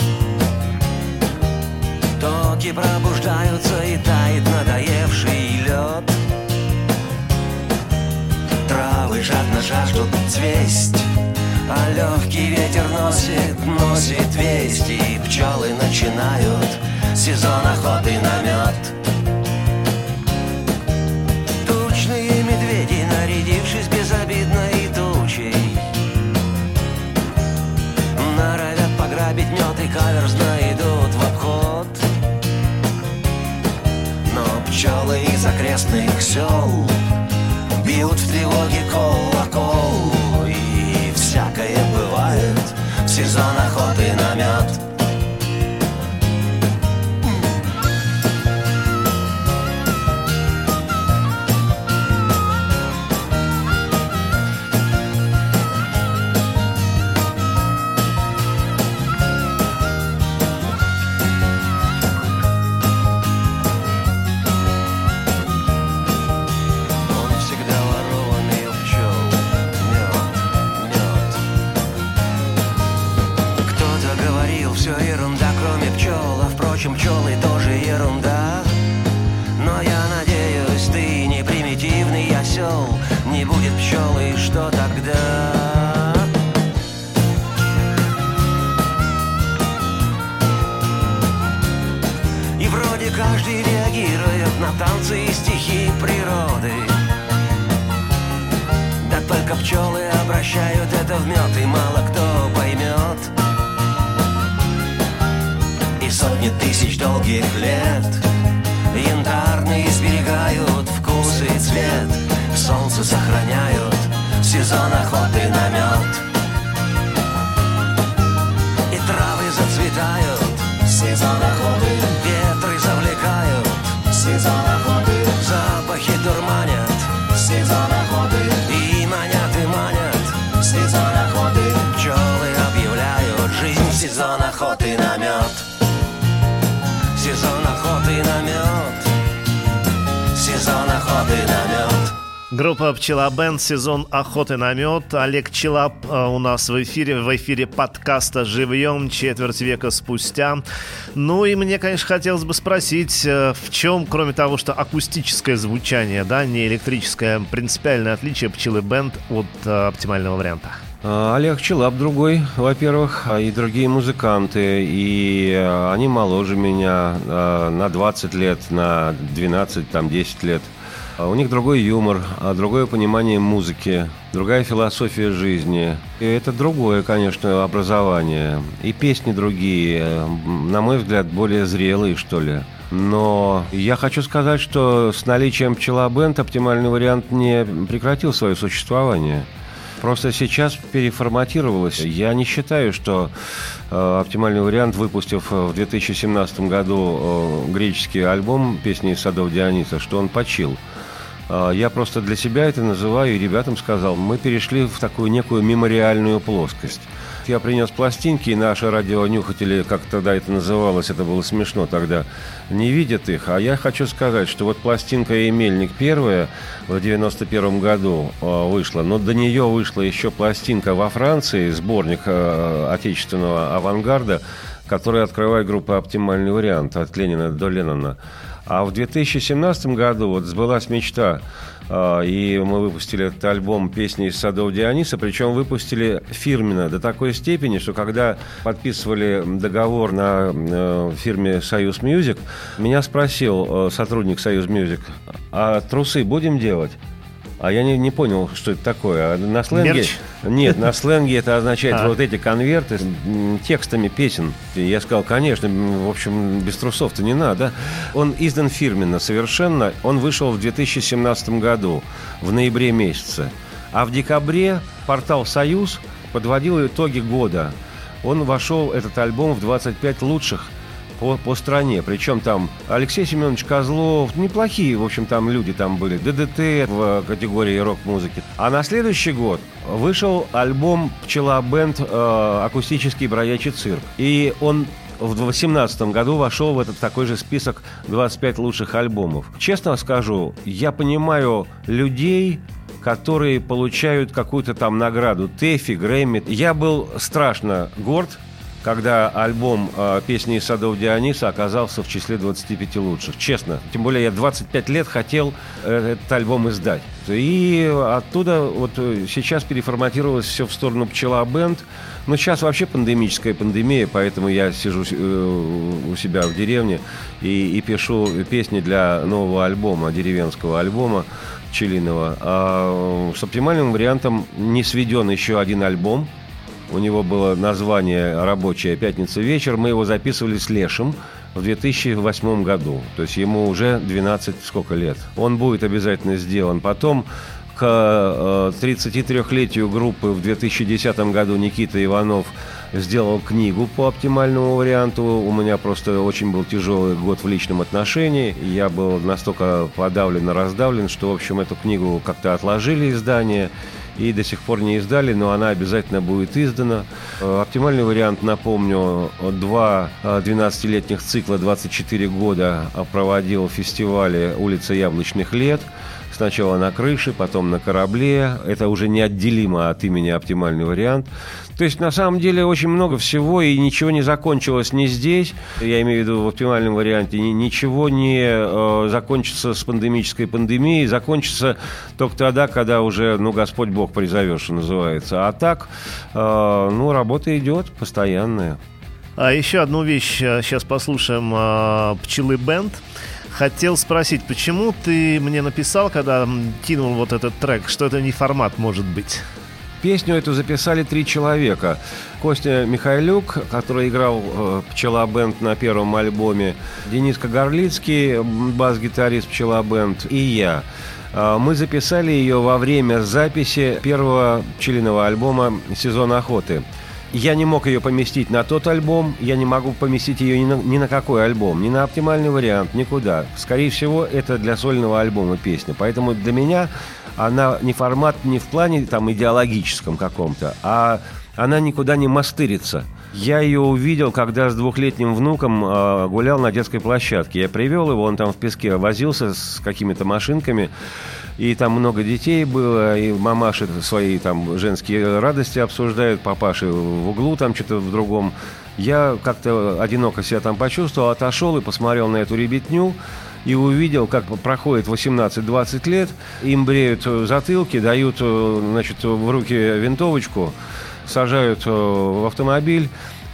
Токи пробуждаются и тает надоевший лед. Травы жадно жаждут цвесть, а легкий ветер носит, носит весть. И пчелы начинают сезон охоты на мед. Тучные медведи, нарядившись безобидной тучей, норовят пограбить мед и каверзно идут в обход. Но пчелы из окрестных сел бьют в тревоге колокол. И всякое бывает в сезон охоты на мед. Пчелы тоже ерунда. Но я надеюсь, ты не примитивный осел. Не будет пчелы, что тогда? И вроде каждый реагирует на танцы и стихи природы. Да только пчелы обращают это в мед, и мало кто поймет. И сотни тысяч долгих лет янтарные сберегают вкус и цвет. Солнце сохраняют сезон охоты на мед. И травы зацветают сезон охоты. Ветры завлекают сезон охоты. Запахи дурманят сезон охоты. И манят, и манят сезон охоты. Пчелы объявляют жизнь сезон охоты на мед. Сезон охоты на мед. Сезон охоты на мед. Группа «Пчелобенд», сезон охоты на мед. Олег Челап э, у нас в эфире, в эфире подкаста «Живьем» четверть века спустя. Ну и мне, конечно, хотелось бы спросить, э, в чем, кроме того, что акустическое звучание, да, не электрическое, принципиальное отличие «Пчелы-бенд» от э, оптимального варианта? Олег Челап другой, во-первых, и другие музыканты, и они моложе меня на двадцать лет, на двенадцать, там, десять лет. У них другой юмор, другое понимание музыки, другая философия жизни. И это другое, конечно, образование. И песни другие, на мой взгляд, более зрелые, что ли. Но я хочу сказать, что с наличием «Пчелобенд» оптимальный вариант не прекратил свое существование. Просто сейчас переформатировалось. Я не считаю, что э, оптимальный вариант, выпустив в две тысячи семнадцатом году э, греческий альбом «Песни из садов Диониса», что он почил. Э, я просто для себя это называю и ребятам сказал. Мы перешли в такую некую мемориальную плоскость. Я принес пластинки, и наши радионюхатели, как тогда это называлось, это было смешно тогда, не видят их. А я хочу сказать, что вот пластинка «И мельник» первая в девяносто первом году э, вышла, но до нее вышла еще пластинка во Франции, сборник э, отечественного авангарда, который открывает группа «Оптимальный вариант» от Ленина до Леннона. А в две тысячи семнадцатом году вот сбылась мечта И мы выпустили этот альбом «Песни из садов Диониса», причем выпустили фирменно до такой степени, что когда подписывали договор на фирме «Союз Мьюзик», меня спросил сотрудник «Союз Мьюзик», а трусы будем делать? А я не, не понял, что это такое. На сленге... Мерч? Нет, на сленге это означает а. вот эти конверты с текстами песен. И я сказал, конечно, в общем, без трусов-то не надо. Он издан фирменно совершенно. Он вышел в две тысячи семнадцатом году, в ноябре месяце. А в декабре портал «Союз» подводил итоги года. Он вошел, этот альбом, в двадцать пять лучших По, по стране. Причем там Алексей Семенович Козлов, неплохие, в общем, там люди там были, ДДТ в категории рок-музыки. А на следующий год вышел альбом «Пчела Бенд» э, «Акустический бродячий цирк». И он в две тысячи восемнадцатом году вошел в этот такой же список двадцать пять лучших альбомов. Честно скажу, я понимаю людей, которые получают какую-то там награду, ТЭФИ, Грэмми. Я был страшно горд, когда альбом э, «Песни из садов Диониса» оказался в числе двадцати пяти лучших. Честно. Тем более я двадцать пять лет хотел э, этот альбом издать. И оттуда вот сейчас переформатировалось все в сторону «Пчела Бенд». Но сейчас вообще пандемическая пандемия, поэтому я сижу э, у себя в деревне и, и пишу песни для нового альбома, деревенского альбома пчелиного. А с оптимальным вариантом не сведен еще один альбом. У него было название «Рабочая пятница вечер». Мы его записывали с Лешем в две тысячи восьмом году. То есть ему уже двенадцать сколько лет. Он будет обязательно сделан. Потом к тридцатитрёхлетию группы в две тысячи десятом году Никита Иванов сделал книгу по оптимальному варианту. У меня просто очень был тяжелый год в личном отношении. Я был настолько подавлен и раздавлен, что, в общем, эту книгу как-то отложили издание и до сих пор не издали, но она обязательно будет издана. Оптимальный вариант, напомню, два двенадцатилетних цикла, двадцать четыре года проводил в фестивале «Улица Яблочных лет». Сначала на крыше, потом на корабле. Это уже неотделимо от имени «Оптимальный вариант». То есть, на самом деле, очень много всего, и ничего не закончилось ни здесь, я имею в виду в «Оптимальном варианте», ничего не э, закончится с пандемической пандемией, закончится только тогда, когда уже, ну, Господь Бог призовет, что называется. А так, э, ну, работа идет постоянная. А еще одну вещь сейчас послушаем э, «Пчелы Бенд». Хотел спросить, почему ты мне написал, когда кинул вот этот трек, что это не формат может быть? Песню эту записали три человека. Костя Михайлюк, который играл э, «Пчела Бенд» на первом альбоме, Денис Кагарлицкий, бас-гитарист «Пчела Бенд», и я. Э, мы записали ее во время записи первого пчелиного альбома «Сезон охоты». Я не мог ее поместить на тот альбом, я не могу поместить ее ни на, ни на какой альбом, ни на «Оптимальный вариант», никуда. Скорее всего, это для сольного альбома песня. Поэтому для меня она не формат не в плане там идеологическом каком-то, а она никуда не мастырится. Я ее увидел, когда с двухлетним внуком э, гулял на детской площадке. Я привел его, он там в песке возился с какими-то машинками. И там много детей было, и мамаши свои там женские радости обсуждают, папаши в углу там что-то в другом. Я как-то одиноко себя там почувствовал, отошел и посмотрел на эту ребятню и увидел, как проходит восемнадцать-двадцать лет, им бреют затылки, дают, значит, в руки винтовочку, сажают в автомобиль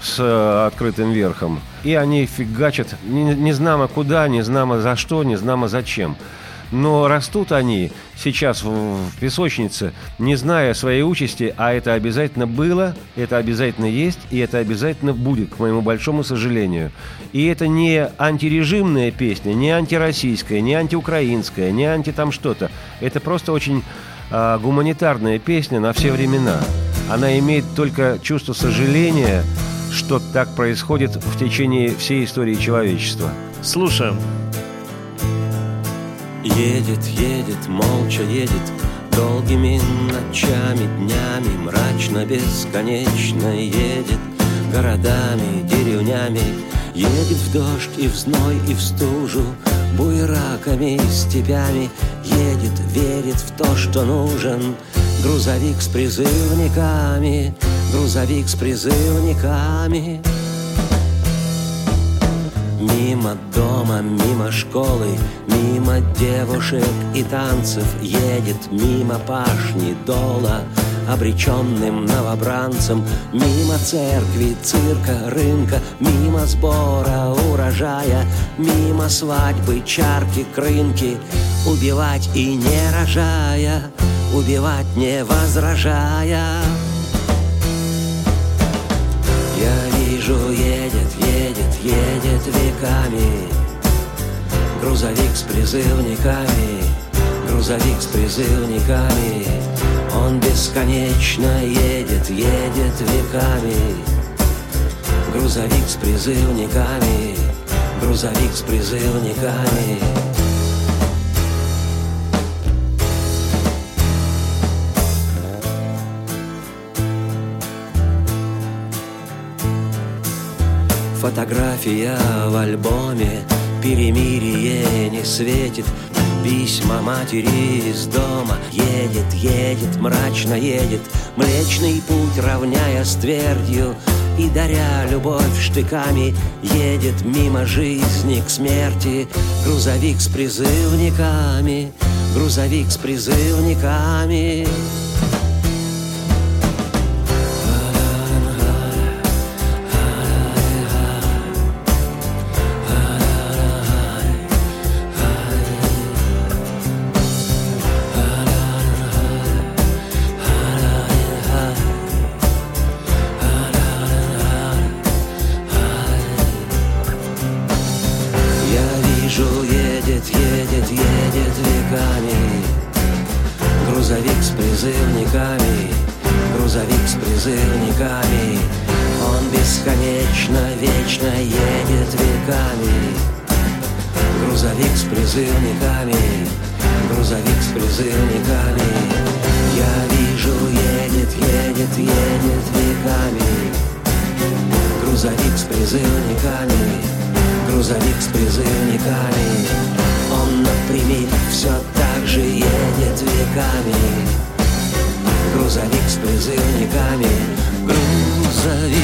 с открытым верхом, и они фигачат, не, не знамо куда, не знамо за что, не знамо зачем. Но растут они сейчас в песочнице, не зная своей участи, а это обязательно было, это обязательно есть, и это обязательно будет, к моему большому сожалению. И это не антирежимная песня, не антироссийская, не антиукраинская, не анти там что-то. Это просто очень а, гуманитарная песня на все времена. Она имеет только чувство сожаления, что так происходит в течение всей истории человечества. Слушаем. Едет, едет, молча едет, долгими ночами, днями, мрачно, бесконечно едет, городами, деревнями, едет в дождь и в зной и в стужу, буераками, степями, едет, верит в то, что нужен грузовик с призывниками, грузовик с призывниками. Мимо дома дома, мимо школы, мимо девушек и танцев, едет мимо пашни дола, обреченным новобранцем, мимо церкви, цирка, рынка, мимо сбора урожая, мимо свадьбы, чарки, крынки, убивать и не рожая, убивать не возражая. Я вижу, едет, едет, едет веками грузовик с призывниками, грузовик с призывниками. Он бесконечно едет, едет веками. Грузовик с призывниками, грузовик с призывниками. Фотография в альбоме, перемирие не светит. Письма матери из дома, едет, едет, мрачно едет. Млечный путь, равняя с твердью и даря любовь штыками, едет мимо жизни к смерти. Грузовик с призывниками, грузовик с призывниками. Грузовик с призывниками, грузовик с призывниками. Он бесконечно, вечно едет веками. Грузовик с призывниками, грузовик с призывниками. Я вижу, едет, едет, едет веками. Грузовик с призывниками, грузовик с призывниками. Он напрямик все так же едет веками. Грузовик с призывниками, грузовик.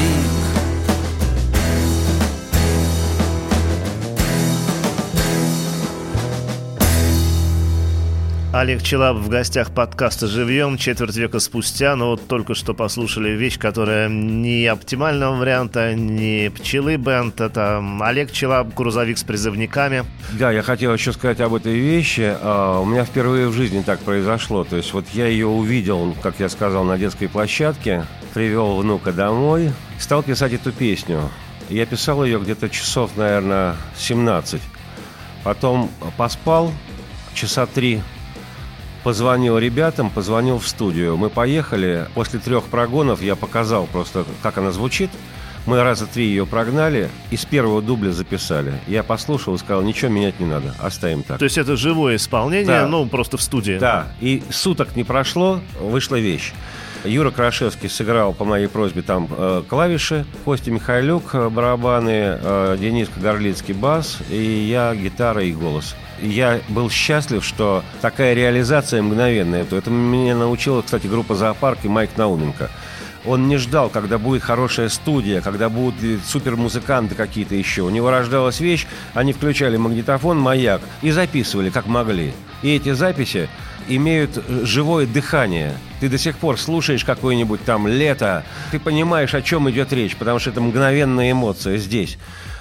Олег Челап в гостях подкаста «Живьем» четверть века спустя. Но вот только что послушали вещь, которая не оптимального варианта, не пчелы бенд. Это Олег Челап, грузовик с призывниками. Да, я хотел еще сказать об этой вещи. У меня впервые в жизни так произошло. То есть вот я ее увидел, как я сказал, на детской площадке, привел внука домой, стал писать эту песню. Я писал ее где-то часов, наверное, семнадцать. Потом поспал часа три. Позвонил ребятам, позвонил в студию. Мы поехали. После трех прогонов я показал просто, как она звучит. Мы раза три ее прогнали и с первого дубля записали. Я послушал и сказал, ничего менять не надо, оставим так. То есть это живое исполнение, да. Ну, просто в студии. Да, и суток не прошло, вышла вещь. Юра Крашевский сыграл по моей просьбе там э, клавиши, Костя Михайлюк э, барабаны, э, Денис Горлицкий бас, и я гитара и голос. Я был счастлив, что такая реализация мгновенная. Это меня научила, кстати, группа «Зоопарк» и Майк Науменко. Он не ждал, когда будет хорошая студия, когда будут супермузыканты какие-то еще. У него рождалась вещь, они включали магнитофон «Маяк» и записывали, как могли. И эти записи имеют живое дыхание. Ты до сих пор слушаешь какое-нибудь там «Лето», ты понимаешь, о чем идет речь, потому что это мгновенная эмоция здесь.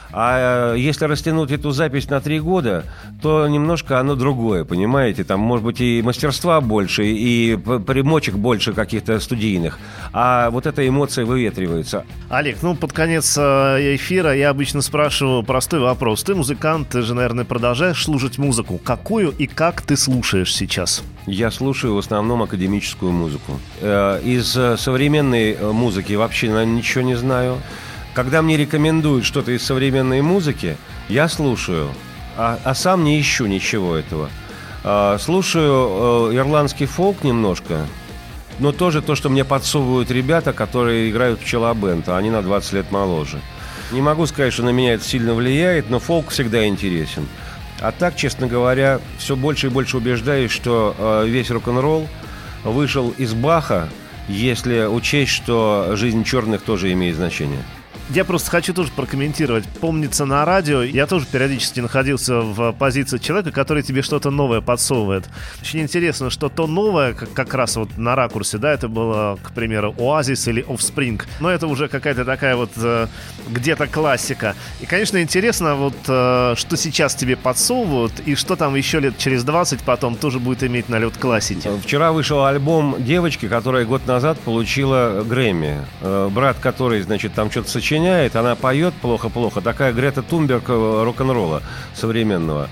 А если растянуть эту запись на три года, то немножко оно другое, понимаете? Там, может быть, и мастерства больше, и примочек больше каких-то студийных. А вот эта эмоция выветривается. Олег, ну, под конец эфира я обычно спрашиваю простой вопрос. Ты музыкант, ты же, наверное, продолжаешь слушать музыку. Какую и как ты слушаешь сейчас? Я слушаю в основном академическую музыку. Из современной музыки вообще, наверное, ничего не знаю. Когда мне рекомендуют что-то из современной музыки, я слушаю, а, а сам не ищу ничего этого. А, слушаю а, ирландский фолк немножко, но тоже то, что мне подсовывают ребята, которые играют в пчелобенд, а они на двадцать лет моложе. Не могу сказать, что на меня это сильно влияет, но фолк всегда интересен. А так, честно говоря, все больше и больше убеждаюсь, что а, весь рок-н-ролл вышел из Баха, если учесть, что жизнь черных тоже имеет значение. Я просто хочу тоже прокомментировать. Помнится, на радио я тоже периодически находился в позиции человека, который тебе что-то новое подсовывает. Очень интересно, что то новое, как, как раз вот на ракурсе, да, это было, к примеру, Oasis или Offspring. Но это уже какая-то такая вот э, где-то классика. И, конечно, интересно, вот э, что сейчас тебе подсовывают, и что там еще лет через двадцать потом тоже будет иметь налет классики. Вчера вышел альбом девочки, которая год назад получила Грэмми. Э, брат, который, значит, там что-то сочиняет, она поет плохо-плохо. Такая Грета Тунберг рок-н-ролла современного.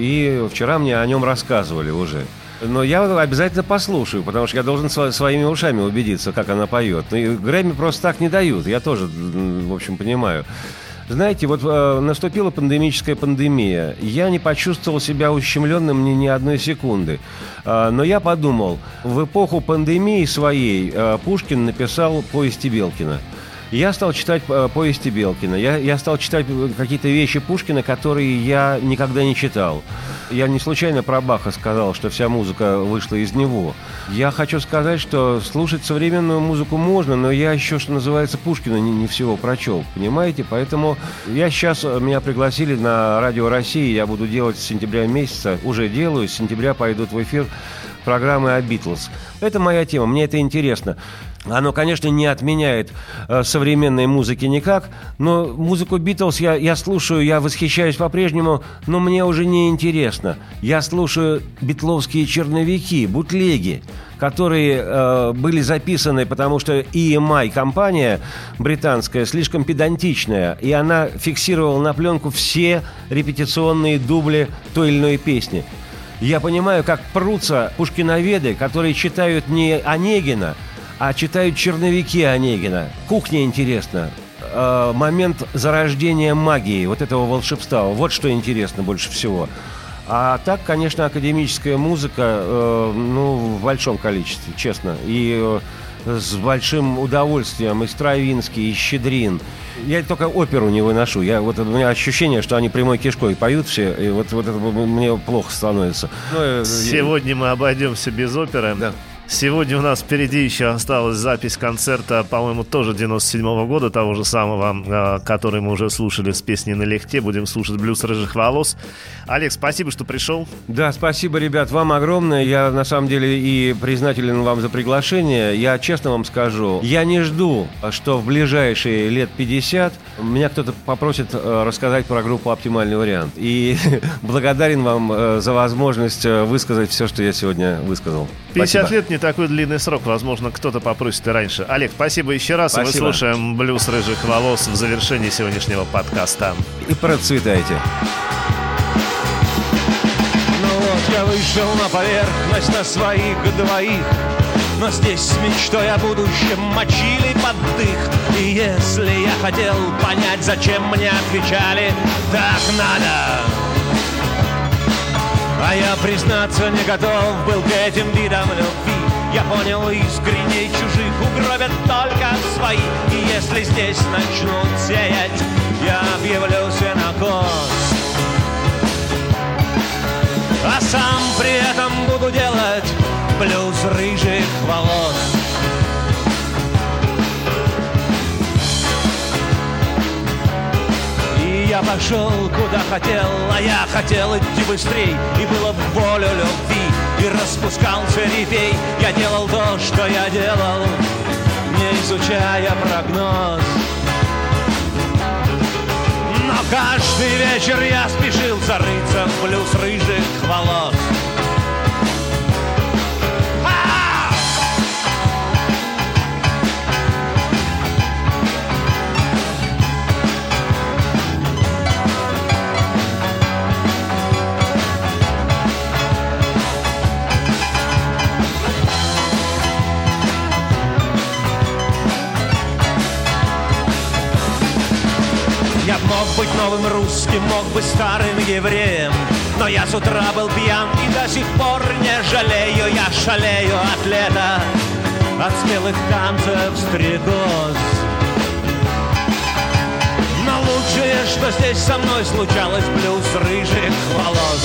И вчера мне о нем рассказывали уже. Но я обязательно послушаю, потому что я должен своими ушами убедиться, как она поет. И Грэмми просто так не дают, я тоже, в общем, понимаю. Знаете, вот э, наступила пандемическая пандемия. Я не почувствовал себя ущемленным ни, ни одной секунды. Э, но я подумал, в эпоху пандемии своей э, Пушкин написал повести Белкина. Я стал читать э, повести Белкина. Я, я стал читать какие-то вещи Пушкина, которые я никогда не читал. Я не случайно про Баха сказал, что вся музыка вышла из него. Я хочу сказать, что слушать современную музыку можно, но я еще, что называется, Пушкина не, не всего прочел, понимаете? Поэтому я сейчас, меня пригласили на Радио России, я буду делать с сентября месяца, уже делаю, с сентября пойдут в эфир программы о Битлз. Это моя тема, мне это интересно. Оно, конечно, не отменяет э, современной музыки никак, но музыку Битлз я, я слушаю, я восхищаюсь по-прежнему, но мне уже не интересно. Я слушаю битловские черновики, бутлеги, которые э, были записаны, потому что и эм ай, компания британская, слишком педантичная, и она фиксировала на пленку все репетиционные дубли той или иной песни. Я понимаю, как прутся пушкиноведы, которые читают не Онегина, а читают черновики Онегина. Кухня интересна. Э, момент зарождения магии, вот этого волшебства. Вот что интересно больше всего. А так, конечно, академическая музыка, э, ну, в большом количестве, честно. И э, с большим удовольствием. И Стравинский, и Щедрин. Я только оперу не выношу. Я, вот, у меня ощущение, что они прямой кишкой поют все, и вот, вот это мне плохо становится. Ну, Сегодня мы обойдемся без оперы. Да. Сегодня у нас впереди еще осталась запись концерта, по-моему, тоже девяносто седьмого года, того же самого, который мы уже слушали с песней «На легте». Будем слушать «Блюз рыжих волос». Олег, спасибо, что пришел. Да, спасибо, ребят, вам огромное. Я, на самом деле, и признателен вам за приглашение. Я честно вам скажу, я не жду, что в ближайшие лет пятьдесят меня кто-то попросит рассказать про группу «Оптимальный вариант». И благодарен вам за возможность высказать все, что я сегодня высказал. пятьдесят Спасибо. лет не такой длинный срок, возможно, кто-то попросит и раньше. Олег, спасибо еще раз. Спасибо. Мы слушаем «Блюз рыжих волос» в завершении сегодняшнего подкаста. И процветайте. Ну вот я вышел на поверхность на своих двоих, но здесь с мечтой о будущем мочили под дых. И если я хотел понять, зачем мне отвечали «так надо», а я, признаться, не готов был к этим видам любви. Я понял, искренне чужих угробят только свои. И если здесь начнут сеять, я объявлю сенокос. А сам при этом буду делать блюз рыжих волос. Я пошел куда хотел, а я хотел идти быстрей. И было в волю любви, и распускался репей. Я делал то, что я делал, не изучая прогноз. Но каждый вечер я спешил зарыться в блюз рыжих волос. Я мог быть новым русским, мог быть старым евреем, но я с утра был пьян и до сих пор не жалею. Я шалею от лета, от смелых танцев стрекоз. Но лучшее, что здесь со мной случалось, блюз рыжих волос.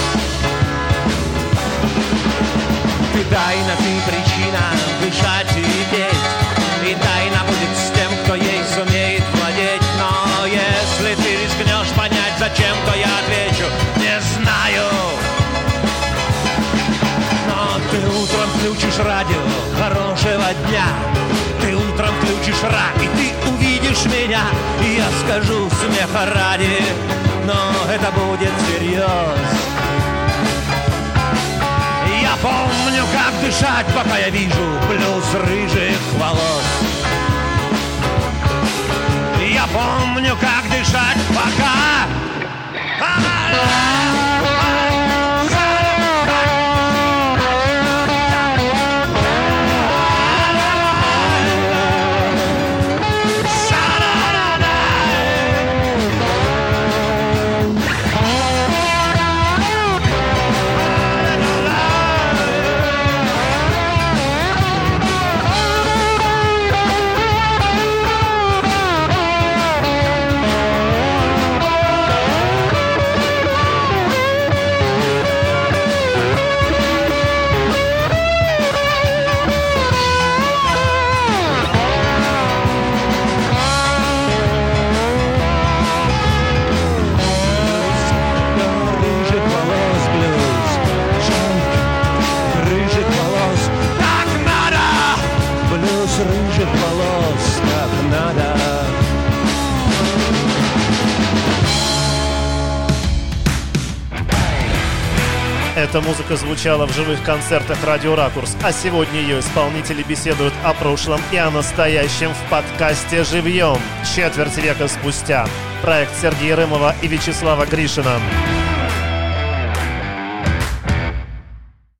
Ты тайна, ты причина дышать и петь, и тайна будет с тем, кто ей сумеет владеть. Но включишь радио хорошего дня, ты утром включишь ра, и ты увидишь меня, и я скажу смеха ради, но это будет всерьез. Я помню, как дышать, пока я вижу блюз рыжих волос. Я помню, как дышать, пока... Рыжих волос, как надо. Эта музыка звучала в живых концертах «Радио Ракурс», а сегодня ее исполнители беседуют о прошлом и о настоящем в подкасте «Живьем» четверть века спустя. Проект Сергея Рымова и Вячеслава Гришина.